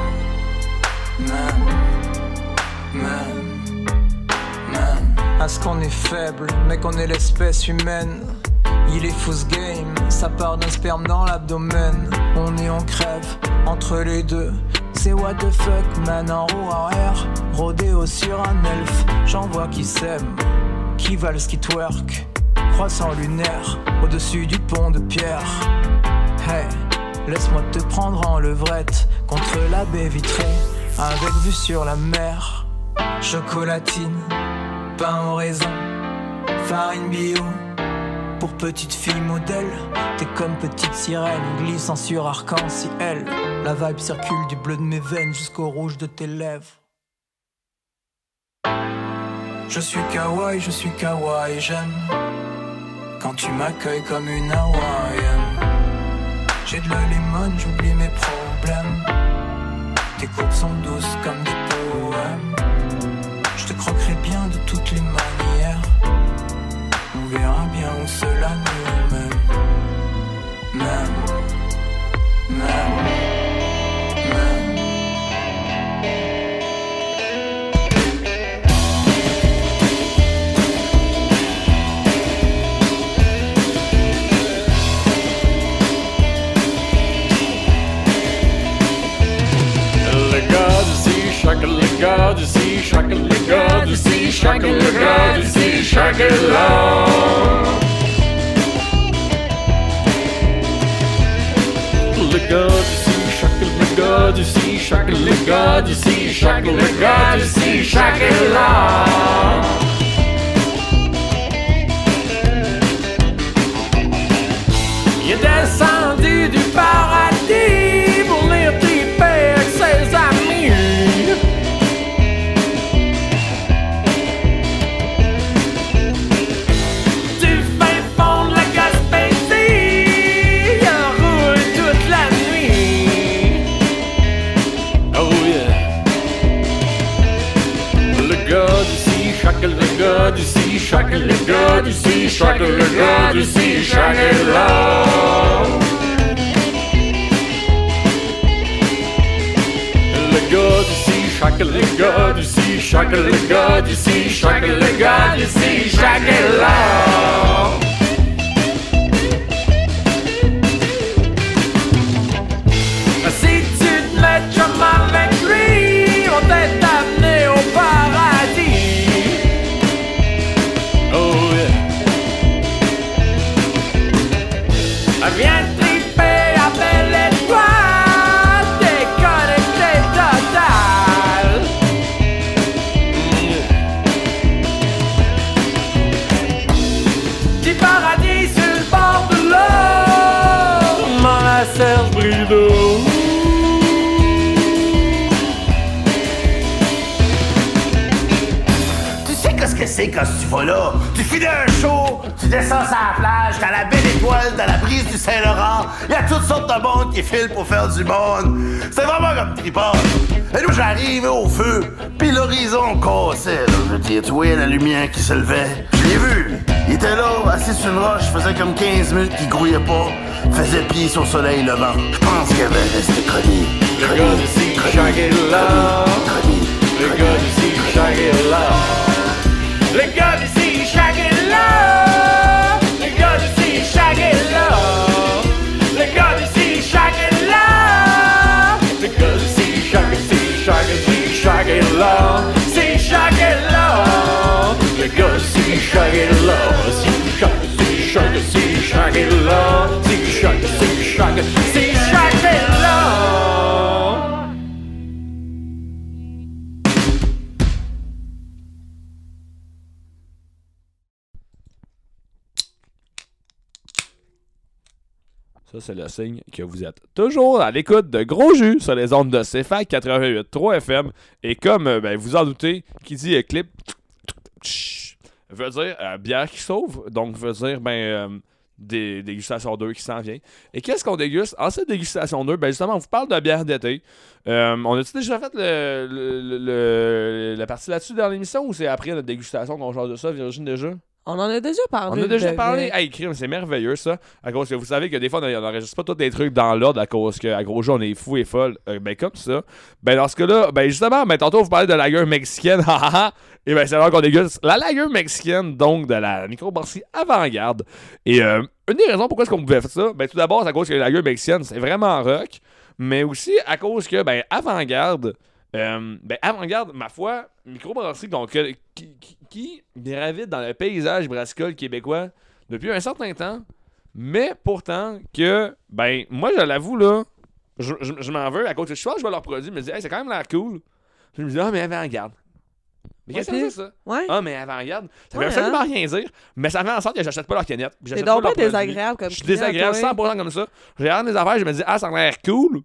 Speaker 7: À ce qu'on est faible, mais qu'on est l'espèce humaine. Il est fou ce game, ça part d'un sperme dans l'abdomen. On est en crève, entre les deux. C'est what the fuck, man, en roue arrière. Rodéo sur un elfe, j'en vois qui s'aiment, qui valent, qui twerk. Croissant lunaire, au-dessus du pont de pierre. Hey, laisse-moi te prendre en levrette, contre la baie vitrée, avec vue sur la mer. Chocolatine, pain au raisin, farine bio. Pour petite fille modèle, t'es comme petite sirène glissant sur arc-en-ciel. La vibe circule du bleu de mes veines jusqu'au rouge de tes lèvres. Je suis kawaii, j'aime quand tu m'accueilles comme une hawaïenne. J'ai de la limone, j'oublie mes problèmes. Tes courbes sont douces comme des poèmes. Je te croquerai bien de toutes les manières. On verra bien où cela nous mène.
Speaker 1: Le gars du sea, shaka le gars du sea, shaka le gars du sea, shaka là. Le gars du sea, shaka le gars du sea, shaka le gars du sea, shaka le gars du sea, shaka là. Il est descendu du paradis pour venir triper avec ses amis. Du fin fond de la Gaspésie, il roule toute la nuit. Oh yeah. Le gars d'ici, chaque le gars d'ici, chaque le gars d'ici, chaque le gars d'ici, chaque là. Chaque le gars d'ici, chaque le gars d'ici, chaque le gars d'ici, chaque là. Si tu te mets chum avec lui, on t'est amené au paradis. Oh yeah. Viens triper à belle étoile, déconnecté total. Du paradis sur le bord de l'eau, dans la Serge Brideau.
Speaker 8: Tu sais qu'est-ce que c'est quand tu vas là? Tu finis un show, tu descends sur la plage, t'as la belle étoile, dans la brise du Saint-Laurent. Il y a toutes sortes de monde qui filent pour faire du monde. C'est vraiment comme tripod. Et nous, j'arrive au feu, pis l'horizon cassait, là. Je veux dire, tu voyais la lumière qui se levait. Je l'ai vu, il était là, assis sur une roche, faisait comme 15 minutes qu'il grouillait pas, faisait pied sur le soleil levant. Je pense qu'il avait resté collé.
Speaker 1: Le gars d'ici, chaque là. Le gars d'ici, chaque là. Le gars d'ici, chaque là. Le gars d'ici, chaque là. Le gars d'ici, c'est chocolat.
Speaker 2: Ça, c'est le signe que vous êtes toujours à l'écoute de Gros Jus sur les ondes de CFAC 88.3 FM. Et comme vous en doutez, qui dit clip veut dire bière qui sauve, donc veut dire des dégustations 2 qui s'en vient. Et qu'est-ce qu'on déguste? En cette dégustation 2, justement, on vous parle de bière d'été. On a-tu déjà fait la partie là-dessus dans l'émission ou c'est après notre dégustation qu'on change de ça, Virginie, déjà?
Speaker 3: On en a déjà parlé.
Speaker 2: On a déjà parlé. Hey, crime, c'est merveilleux, ça. À cause que vous savez que des fois, on n'enregistre pas tous des trucs dans l'ordre à cause qu'à Gros Jeu, on est fou et folle. Comme ça. Dans ce cas-là, justement, tantôt, vous parlez de lager mexicaine. Et c'est alors qu'on déguste la lager mexicaine, donc de la microbrasserie Avant-Garde. Et une des raisons pourquoi est-ce qu'on pouvait faire ça, tout d'abord, c'est à cause que la lager mexicaine, c'est vraiment rock. Mais aussi à cause que, Avant-Garde. Avant-Garde, ma foi, microbrasserie donc, qui gravite dans le paysage brassicole québécois depuis un certain temps, mais pourtant que, moi je l'avoue là, je m'en veux à cause que je pense que je vois leurs produits, je me dis, hey, c'est quand même l'air cool. Je me dis, mais Avant-Garde. Mais qu'est-ce que c'est ça?
Speaker 3: Ouais.
Speaker 2: Mais Avant-Garde, ça veut absolument rien dire, mais ça fait en sorte que j'achète pas leur canette.
Speaker 3: C'est donc pas désagréable comme ça.
Speaker 2: Je suis désagréable 100% comme ça. Je regarde des affaires, je me dis, ça a l'air cool,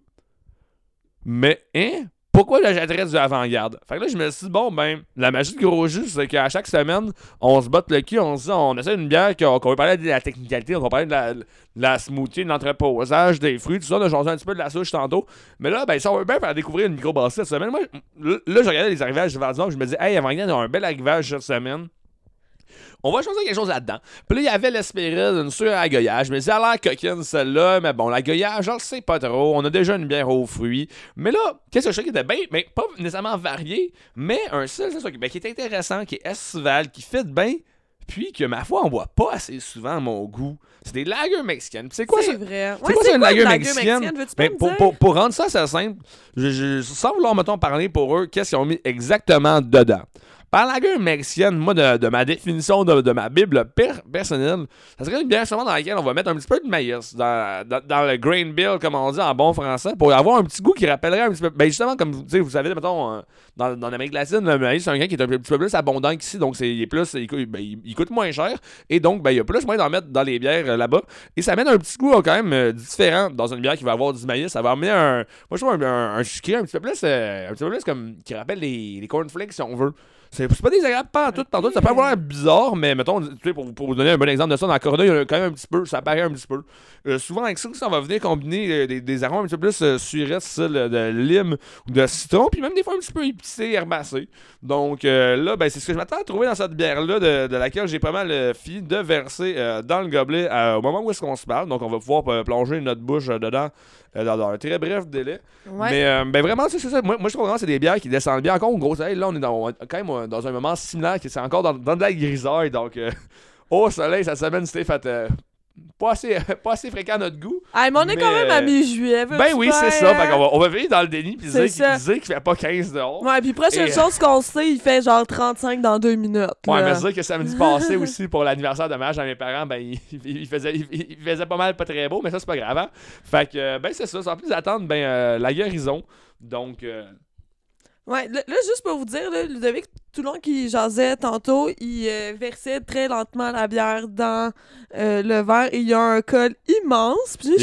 Speaker 2: mais pourquoi j'achèterais du Avant-Garde? Fait que là, je me suis dit, la magie de Gros Jus, c'est qu'à chaque semaine, on se botte le cul, on se dit, on essaie une bière qu'on va parler de la technicalité, on va parler de la smoothie, de l'entreposage, des fruits, tout ça. On a changé un petit peu de la souche tantôt. Mais là, si on veut bien faire découvrir une microbrasserie cette semaine, moi, là, je regardais les arrivages de Vardon, je me dis, hey, Avant-Garde, ils ont un bel arrivage cette semaine. On va choisir quelque chose là-dedans. Puis là, il y avait l'espéride, une sûre à goyage. Je me disais, elle a l'air coquine, celle-là. Mais bon, la goyage, je le sais pas trop. On a déjà une bière aux fruits. Mais là, qu'est-ce que je sais qui était bien, mais pas nécessairement varié, mais un style, c'est ça, qui est intéressant, qui est estival, qui fit bien, puis que, ma foi, on voit pas assez souvent à mon goût. C'est des lagers mexicaines. C'est quoi ça?
Speaker 3: C'est vrai.
Speaker 2: C'est quoi ça, une lager mexicaine?
Speaker 3: Veux-tu
Speaker 2: pour rendre ça assez simple, sans vouloir, mettons, parler pour eux, qu'est-ce qu'ils ont mis exactement dedans? Par lager mexicaine, moi, de ma définition de ma Bible personnelle, ça serait une bière justement dans laquelle on va mettre un petit peu de maïs dans le grain bill, comme on dit en bon français, pour avoir un petit goût qui rappellerait un petit peu. Justement, comme vous savez, mettons, dans l'Amérique latine, le maïs, c'est un grain qui est un petit peu plus abondant qu'ici, donc il coûte moins cher, et donc il y a plus moyen d'en mettre dans les bières là-bas. Et ça amène un petit goût quand même différent dans une bière qui va avoir du maïs. Ça va amener moi, je trouve un sucré un petit peu plus comme qui rappelle les cornflakes, si on veut. C'est pas désagréable, pas en tout. Tantôt, ça peut avoir bizarre, mais mettons, pour vous donner un bon exemple de ça, dans le Corona, il y a quand même un petit peu, ça apparaît un petit peu. Souvent, avec ça, on va venir combiner des arômes un petit peu plus surettes, style de lime ou de citron, puis même des fois un petit peu épicé, herbacé. Donc là, c'est ce que je m'attends à trouver dans cette bière-là, de laquelle j'ai pas mal fini de verser dans le gobelet au moment où est-ce qu'on se parle. Donc, on va pouvoir plonger notre bouche dedans dans un très bref délai. Ouais. Mais vraiment, c'est ça. Moi, je trouve vraiment que c'est des bières qui descendent bien. Encore, gros, là, on est quand même dans un moment similaire, qui c'est encore dans de la grisaille. Donc, au soleil, cette semaine, c'était fait pas assez fréquent à notre goût.
Speaker 3: Mais on est quand même à mi-juillet.
Speaker 2: Oui, c'est ça. Fait qu'on va vivre dans le déni puis dire qu'il fait pas 15 dehors.
Speaker 3: Ouais, puis prochaine chose qu'on sait, il fait genre 35 dans 2 minutes.
Speaker 2: Ouais, mais c'est vrai que samedi passé aussi, pour l'anniversaire de mariage à mes parents, il faisait pas mal pas très beau, mais ça, c'est pas grave. Hein? Fait que, c'est ça. Sans plus attendre, la guérison. Donc...
Speaker 3: Ouais, là, juste pour vous dire, là, Ludovic, tout le long qu'il jasait tantôt, il versait très lentement la bière dans le verre et il y a un col immense. Puis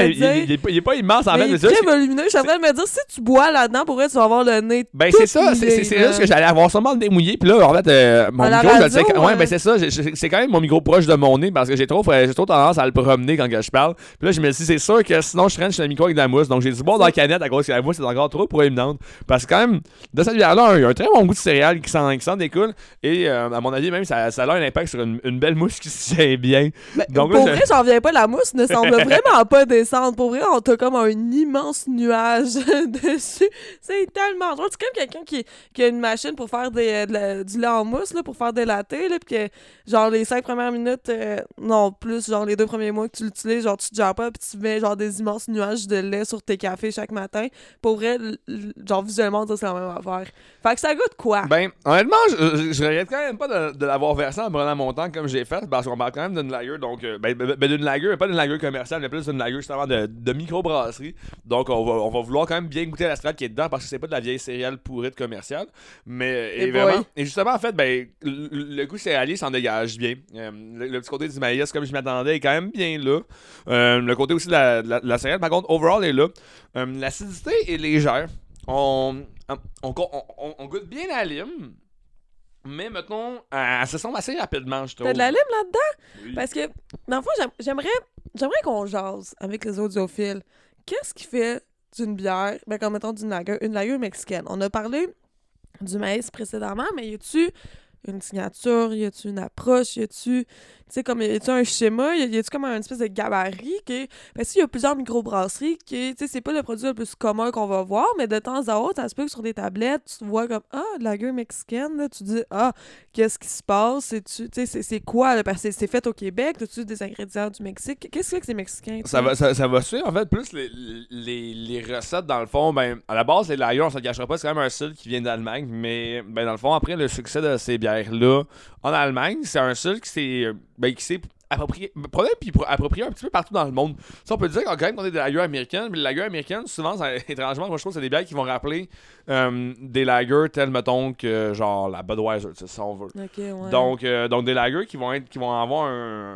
Speaker 2: il est pas immense en fait.
Speaker 3: Il est très volumineux. Je suis en train de me dire, si tu bois là-dedans, pour vrai, tu vas avoir le nez
Speaker 2: c'est ça. C'est juste que j'allais avoir sûrement le nez mouillé. Puis là, en fait, mon micro, je le sais. Ouais, c'est ça. C'est quand même mon micro proche de mon nez parce que j'ai trop tendance à le promener quand je parle. Puis là, je me dis, c'est sûr que sinon, je traîne chez le micro avec de la mousse. Donc, j'ai dû boire dans la canette à cause que la mousse est encore trop proéminente. Parce que quand même, de cette bière-là, il y a un très bon goût de céréales qui s'en découle. Et à mon avis, même, ça a un impact sur une belle mousse qui se tient bien. Donc,
Speaker 3: pour vrai, j'en reviens pas. La mousse ne semble vraiment pas descendre. Pour vrai, on t'a comme un immense nuage dessus. C'est tellement drôle. C'est comme quelqu'un qui a une machine pour faire du lait en mousse, là, pour faire des lattés, là, puis que, genre, les 5 premières minutes, non, plus, genre, les 2 premiers mois que tu l'utilises, genre, tu te gères pas, puis tu mets, genre, des immenses nuages de lait sur tes cafés chaque matin. Pour vrai, genre, visuellement, c'est la même affaire. Fait que ça goûte quoi?
Speaker 2: Honnêtement, je regrette quand même pas de l'avoir versé en prenant mon temps comme j'ai fait, parce qu'on parle quand même d'une lager, donc d'une lager, pas d'une lager commerciale, mais plus d'une lager justement de microbrasserie. Donc on va vouloir quand même bien goûter la strate qui est dedans, parce que c'est pas de la vieille céréale pourrite commerciale. Mais et justement, en fait, le goût céréalier s'en dégage bien. Le petit côté du maïs, comme je m'attendais, est quand même bien là. Le côté aussi de la céréale, par contre, overall est là. L'acidité est légère. On goûte bien la lime, mais mettons, elle se semble assez rapidement, je trouve.
Speaker 3: T'as de la lime là-dedans?
Speaker 2: Oui.
Speaker 3: Parce que, dans le fond, j'aimerais qu'on jase avec les audiophiles. Qu'est-ce qui fait d'une bière, comme mettons une lager mexicaine? On a parlé du maïs précédemment, mais y a-tu une signature, y a-tu une approche, y a-tu un schéma, y a-tu comme un espèce de gabarit parce qu'il y a plusieurs microbrasseries qui, c'est pas le produit le plus commun qu'on va voir, mais de temps à autre, ça se peut que sur des tablettes, tu vois comme de la lager mexicaine, là, tu dis qu'est-ce qui se passe, c'est quoi, là, parce que c'est fait au Québec, as-tu des ingrédients du Mexique, qu'est-ce que c'est que c'est mexicain?
Speaker 2: Ça va suivre en fait plus les recettes dans le fond. À la base, les lagers, on se le cachera pas, c'est quand même un style qui vient d'Allemagne, mais dans le fond, après le succès de ces bières-là en Allemagne, c'est un style qui s'est approprié un petit peu partout dans le monde. Ça, on peut dire quand même qu'on est des lagers américaines, mais les lagers américaines, souvent, étrangement, moi je trouve que c'est des bières qui vont rappeler des lagers tels, mettons, que genre la Budweiser, si on veut.
Speaker 3: Okay, ouais.
Speaker 2: Donc des lagers qui vont avoir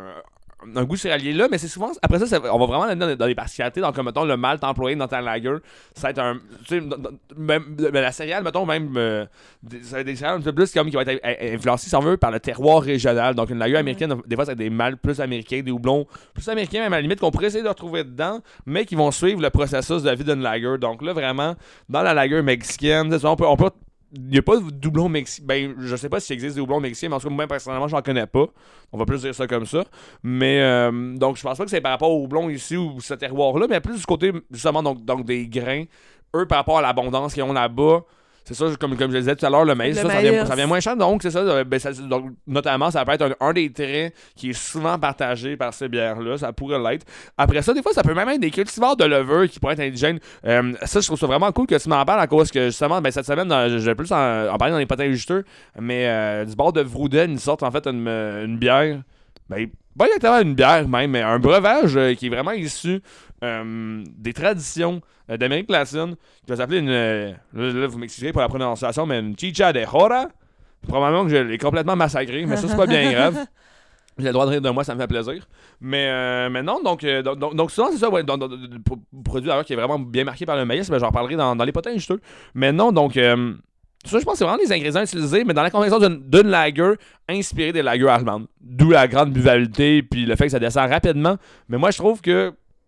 Speaker 2: un goût céréalier là, mais c'est souvent après ça on va vraiment aller dans les particularités. Donc mettons le malt employé dans ta lager, ça va être un, tu sais, même la céréale, mettons même ça va être des céréales un peu plus comme qui va être influencées, si on veut, par le terroir régional. Donc une lager américaine, des fois c'est des malts plus américains, des houblons plus américains, même à la limite qu'on pourrait essayer de retrouver dedans, mais qui vont suivre le processus de vie d'une lager. Donc là vraiment dans la lager mexicaine, on peut il n'y a pas de doublon mexicain. Je sais pas s'il existe des doublons mexicains, mais en tout cas, moi, personnellement, je n'en connais pas. On va plus dire ça comme ça. Mais, donc, je pense pas que c'est par rapport aux doublons ici ou ce terroir-là, mais plus du côté, justement, donc des grains. Eux, par rapport à l'abondance qu'ils ont là-bas, c'est ça, comme je le disais tout à l'heure, le maïs, ça vient moins cher. Donc, c'est ça. Donc, notamment, ça peut être un des traits qui est souvent partagé par ces bières-là. Ça pourrait l'être. Après ça, des fois, ça peut même être des cultivars de levure qui pourraient être indigènes. Ça, je trouve ça vraiment cool que tu m'en parles à cause que, justement, cette semaine, je vais plus en parler dans les potins juteux, mais du bord de Vrouden, ils sortent en fait une bière. Pas exactement une bière même, mais un breuvage qui est vraiment issu des traditions d'Amérique latine, qui va s'appeler là, vous m'excuserez pour la prononciation, mais une chicha de jora. Probablement que je l'ai complètement massacré, mais ça, c'est pas bien grave. J'ai le droit de rire de moi, ça me fait plaisir. Mais non, donc souvent, c'est ça, ouais, produit d'ailleurs qui est vraiment bien marqué par le maïs, mais j'en reparlerai dans les potins juteux. Mais non, donc... ça, je pense que c'est vraiment des ingrédients utilisés, mais dans la confection d'une lager inspirée des lagers allemandes. D'où la grande buvabilité, puis le fait que ça descend rapidement. Mais moi, je trouve que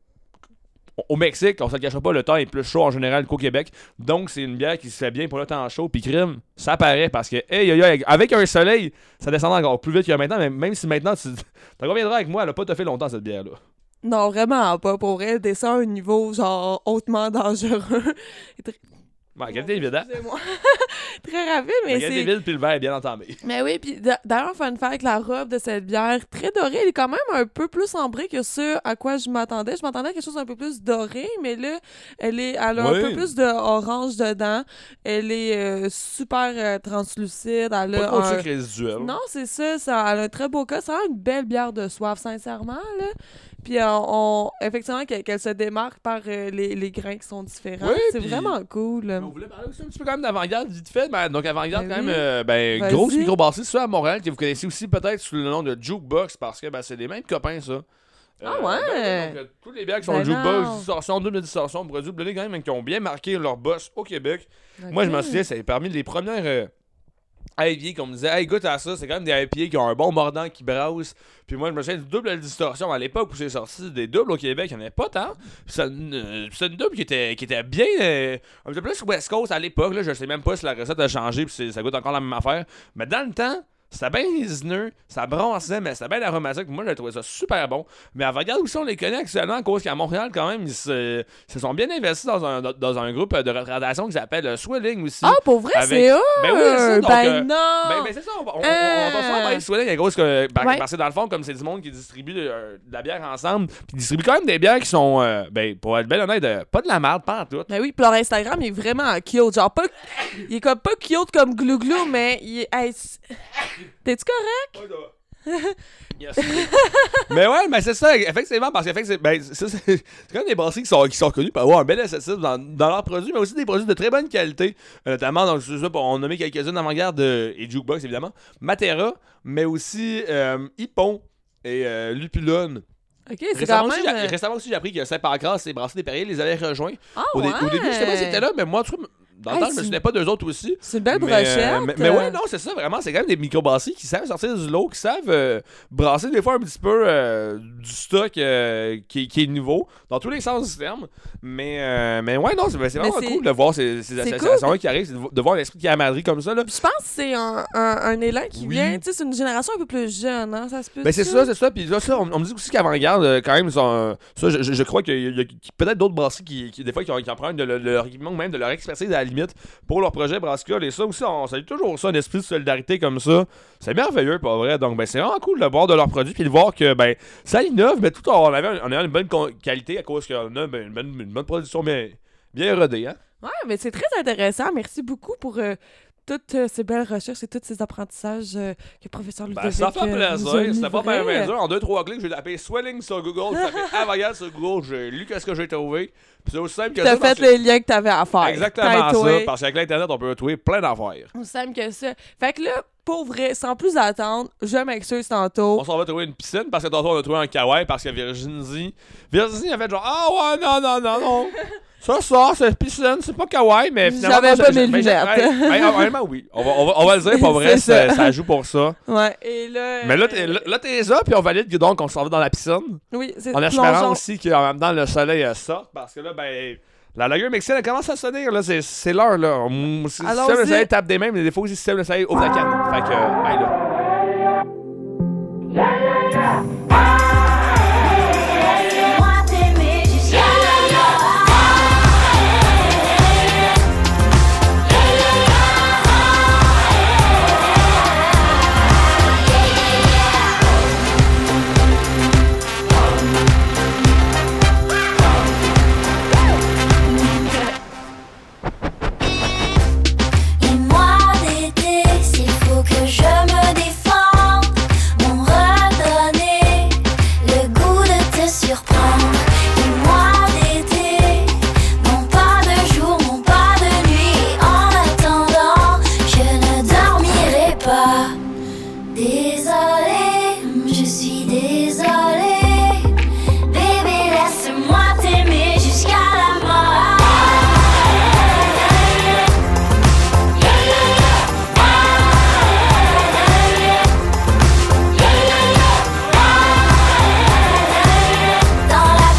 Speaker 2: au Mexique, on se le cachera pas, le temps est plus chaud en général qu'au Québec. Donc, c'est une bière qui se fait bien pour le temps chaud. Puis crime, ça paraît parce que, avec un soleil, ça descend encore plus vite que maintenant. Mais même si maintenant, tu t'en reviendras avec moi, elle a pas fait longtemps cette bière-là.
Speaker 3: Non, vraiment pas. Pour vrai, elle descend à un niveau genre hautement dangereux.
Speaker 2: Qualité évident.
Speaker 3: Excusez-moi. Très rapide, mais
Speaker 2: la qualité vide puis le verre est bien entamé.
Speaker 3: Mais oui, puis d'ailleurs, fun fact, la robe de cette bière, très dorée, elle est quand même un peu plus ambrée que ce à quoi je m'attendais. Je m'attendais à quelque chose d'un peu plus doré, mais là, elle a un peu plus d'orange dedans. Elle est super translucide. Elle a
Speaker 2: pas trop de sucre résiduel.
Speaker 3: Non, c'est ça. Elle a un très beau cas. C'est vraiment une belle bière de soif, sincèrement, là. Puis effectivement, qu'elle se démarque par les grains qui sont différents. Oui, c'est vraiment cool.
Speaker 2: On voulait parler aussi un petit peu quand même d'Avant-Garde vite fait. Donc Avant-Garde, quand même, grosse microbrasserie, ça à Montréal, que vous connaissez aussi peut-être sous le nom de Jukebox, parce que c'est les mêmes copains, ça.
Speaker 3: Ah ouais?
Speaker 2: Donc, tous les bières qui sont Jukebox, distorsion, double distorsion, produits blindés quand même, qui ont bien marqué leur boss au Québec. Okay. Moi, je me souviens, c'est parmi les premières... IPA qu'on me disait, hey, goûte à ça, c'est quand même des IPA qui ont un bon mordant qui brasse. Puis moi, je me souviens du double distorsion à l'époque où c'est sorti des doubles au Québec, il n'y en avait pas tant. C'est une double qui était bien. Un petit peu plus West Coast à l'époque, là, je sais même pas si la recette a changé, puis ça goûte encore la même affaire. Mais dans le temps, C'était bien résineux, ça bronçait, mais c'était bien aromatique. Moi, j'ai trouvé ça super bon. Mais à regarder aussi, on les connaît actuellement, à cause qu'à Montréal, quand même, ils se sont bien investis dans un groupe de représentation qui s'appelle Swilling aussi.
Speaker 3: Ah, pour vrai, c'est eux?
Speaker 2: Ben oui, c'est ça. Donc,
Speaker 3: non!
Speaker 2: ben c'est ça, on va parler de Swilling, à cause que, parce que dans le fond, comme c'est du monde qui distribue de la bière ensemble, puis ils distribuent quand même des bières qui sont, pour être bien honnête, pas de la merde, pas en tout.
Speaker 3: Ben oui, puis leur Instagram est vraiment cute. Genre, il est comme pas cute comme Glou Glou, mais il est. Hey, t'es-tu correct?
Speaker 2: Yes. Mais ouais, mais c'est ça, effectivement, parce que c'est quand même des brasseries qui sont connues pour avoir un bel esthétisme dans leurs produits, mais aussi des produits de très bonne qualité, notamment, donc, on nommé quelques-unes avant-garde et Jukebox, évidemment, Matera, mais aussi Hippon et Lupulone.
Speaker 3: Ok, c'est quand même...
Speaker 2: Récemment aussi, j'ai appris que Saint-Pancras et Brasserie des Perriers les avaient rejoints.
Speaker 3: Ah,
Speaker 2: au début, je sais pas s'ils étaient là, mais moi, tu vois, dans le temps, je me souvenais pas d'eux autres aussi.
Speaker 3: C'est une belle brochette.
Speaker 2: Mais ouais, non, c'est ça, vraiment. C'est quand même des micro-brasseries qui savent sortir du lot, qui savent brasser des fois un petit peu du stock qui est nouveau, dans tous les sens du terme. Mais ouais, non, c'est vraiment cool de voir ces associations qui arrivent, de voir l'esprit de camaraderie comme ça. Là.
Speaker 3: Je pense que c'est un élan qui vient, tu sais, c'est une génération un peu plus jeune, hein, ça se peut.
Speaker 2: Ben c'est ça. Puis là, ça, on me dit aussi qu'avant-garde, quand même, ça, je crois qu'il y a peut-être d'autres brasseries qui des fois, qui empruntent de leur équipement ou même de leur expertise à la limite pour leur projet Brassicole. Et ça aussi, on salue toujours ça, un esprit de solidarité comme ça. C'est merveilleux, pas vrai. Donc, ben, c'est vraiment cool de boire de leurs produits puis de voir que, ben, ça innove, mais tout en ayant une bonne qualité à cause qu'on a une bonne production bien rodée, hein.
Speaker 3: Ouais, mais c'est très intéressant. Merci beaucoup pour toutes ces belles recherches et tous ces apprentissages que le professeur Ludovic
Speaker 2: ça fait plaisir. C'était pas bien plaisir. En 2-3 clics, j'ai tapé Swelling sur Google, j'ai tapé Avant-garde sur Google, j'ai lu qu'est-ce que j'ai trouvé. Puis c'est aussi simple que ça.
Speaker 3: T'as fait les liens que t'avais à faire.
Speaker 2: Exactement ça. Parce qu'avec l'Internet, on peut trouver plein d'affaires.
Speaker 3: Aussi simple que ça. Fait que là, pour vrai, sans plus attendre, je m'excuse tantôt.
Speaker 2: On s'en va trouver une piscine parce que tantôt on a trouvé un kawaii parce que Virginie a fait genre ah ouais, non. Ça, c'est piscine, c'est pas kawaii, mais finalement...
Speaker 3: J'avais pas mes lunettes.
Speaker 2: Honnêtement, oui. On va le dire, pas vrai, ça joue pour ça.
Speaker 3: Ouais, et là...
Speaker 2: Mais là, t'es là, puis on valide que donc on s'en va dans la piscine.
Speaker 3: Oui, c'est
Speaker 2: en espérant aussi qu'en même temps, le soleil sorte, parce que là, ben... La lagueur mexicaine, elle commence à sonner, là, c'est l'heure, là. Si le soleil tape des mains, mais des fois aussi, si le soleil ouvre la canne. Fait que, ben là...
Speaker 9: Dans la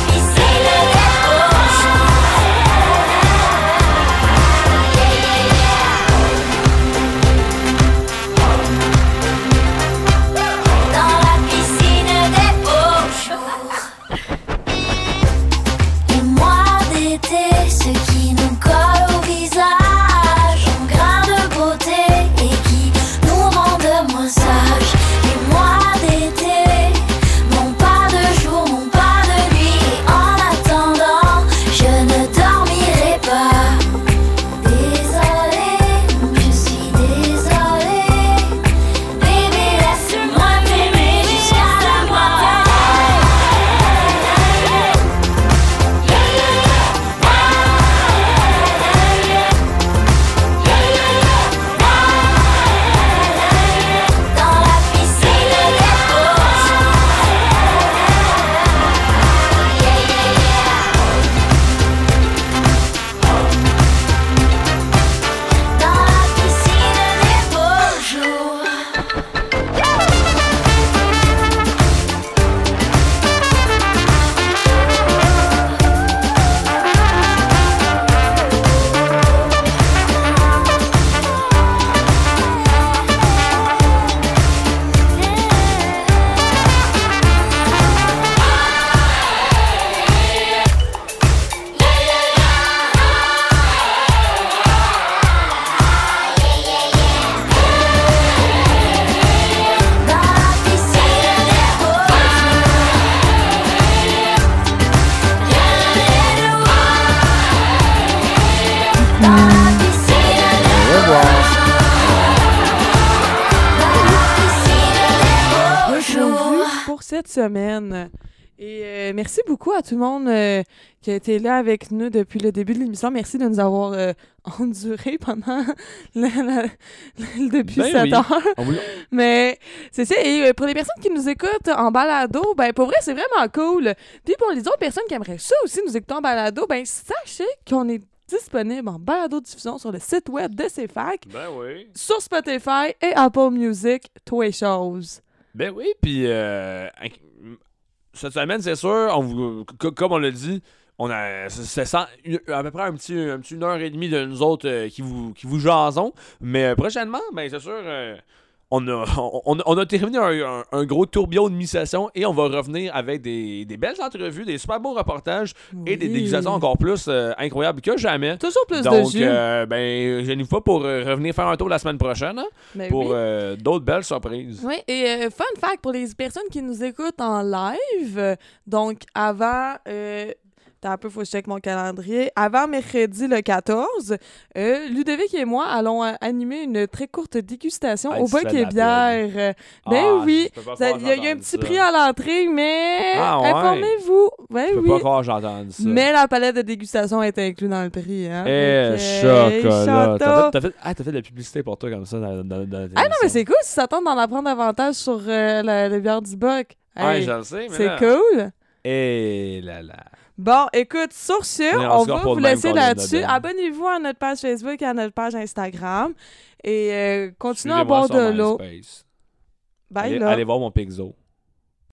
Speaker 3: de semaine. Et merci beaucoup à tout le monde qui a été là avec nous depuis le début de l'émission. Merci de nous avoir enduré pendant le début de cette heure. Mais c'est ça. Et pour les personnes qui nous écoutent en balado, ben pour vrai, c'est vraiment cool. Puis pour les autres personnes qui aimeraient ça aussi nous écouter en balado, ben sachez qu'on est disponible en balado-diffusion sur le site web de CFAC,
Speaker 2: Ben oui.
Speaker 3: sur Spotify et Apple Music, tous les choses.
Speaker 2: Ben oui, puis cette semaine, c'est sûr, comme on l'a dit, c'est à peu près un petit 1h30 de nous autres qui vous jasons. Mais prochainement, ben c'est sûr, on a terminé un gros tourbillon de mi-session et on va revenir avec des belles entrevues, des super beaux reportages et des dégustations encore plus incroyables que jamais.
Speaker 3: Toujours plus
Speaker 2: Donc,
Speaker 3: de jus.
Speaker 2: ben, gênez-vous pas pour revenir faire un tour la semaine prochaine
Speaker 3: Ben
Speaker 2: pour
Speaker 3: oui.
Speaker 2: d'autres belles surprises.
Speaker 3: Oui, et fun fact pour les personnes qui nous écoutent en live, donc avant... T'as un peu, faut que je check mon calendrier. Avant mercredi le 14, Ludovic et moi allons animer une très courte dégustation au Boc et Bière. Ben oui, il y a un petit prix à l'entrée, mais informez-vous. Ben
Speaker 2: Je peux
Speaker 3: oui.
Speaker 2: pas croire que j'entends ça.
Speaker 3: Mais la palette de dégustation est inclue dans le prix. Hein?
Speaker 2: Chocolat.
Speaker 3: Château.
Speaker 2: T'as fait de la publicité pour toi comme ça dans
Speaker 3: Ah non, mais c'est cool si ça tente d'en apprendre davantage sur la bière du Boc.
Speaker 2: Ouais,
Speaker 3: Hey,
Speaker 2: je le sais, mais
Speaker 3: c'est
Speaker 2: là...
Speaker 3: cool.
Speaker 2: Et là là.
Speaker 3: Bon, écoute, sur ce,
Speaker 2: On est
Speaker 3: on
Speaker 2: encore
Speaker 3: va
Speaker 2: pour
Speaker 3: vous
Speaker 2: le même
Speaker 3: laisser
Speaker 2: qu'on a
Speaker 3: là-dessus.
Speaker 2: dedans.
Speaker 3: Abonnez-vous à notre page Facebook et à notre page Instagram. Et continuez à
Speaker 2: Suivez-moi
Speaker 3: boire
Speaker 2: sur
Speaker 3: de l'eau.
Speaker 2: MySpace.
Speaker 3: Bye
Speaker 2: Allez,
Speaker 3: là.
Speaker 2: allez voir mon Pixo.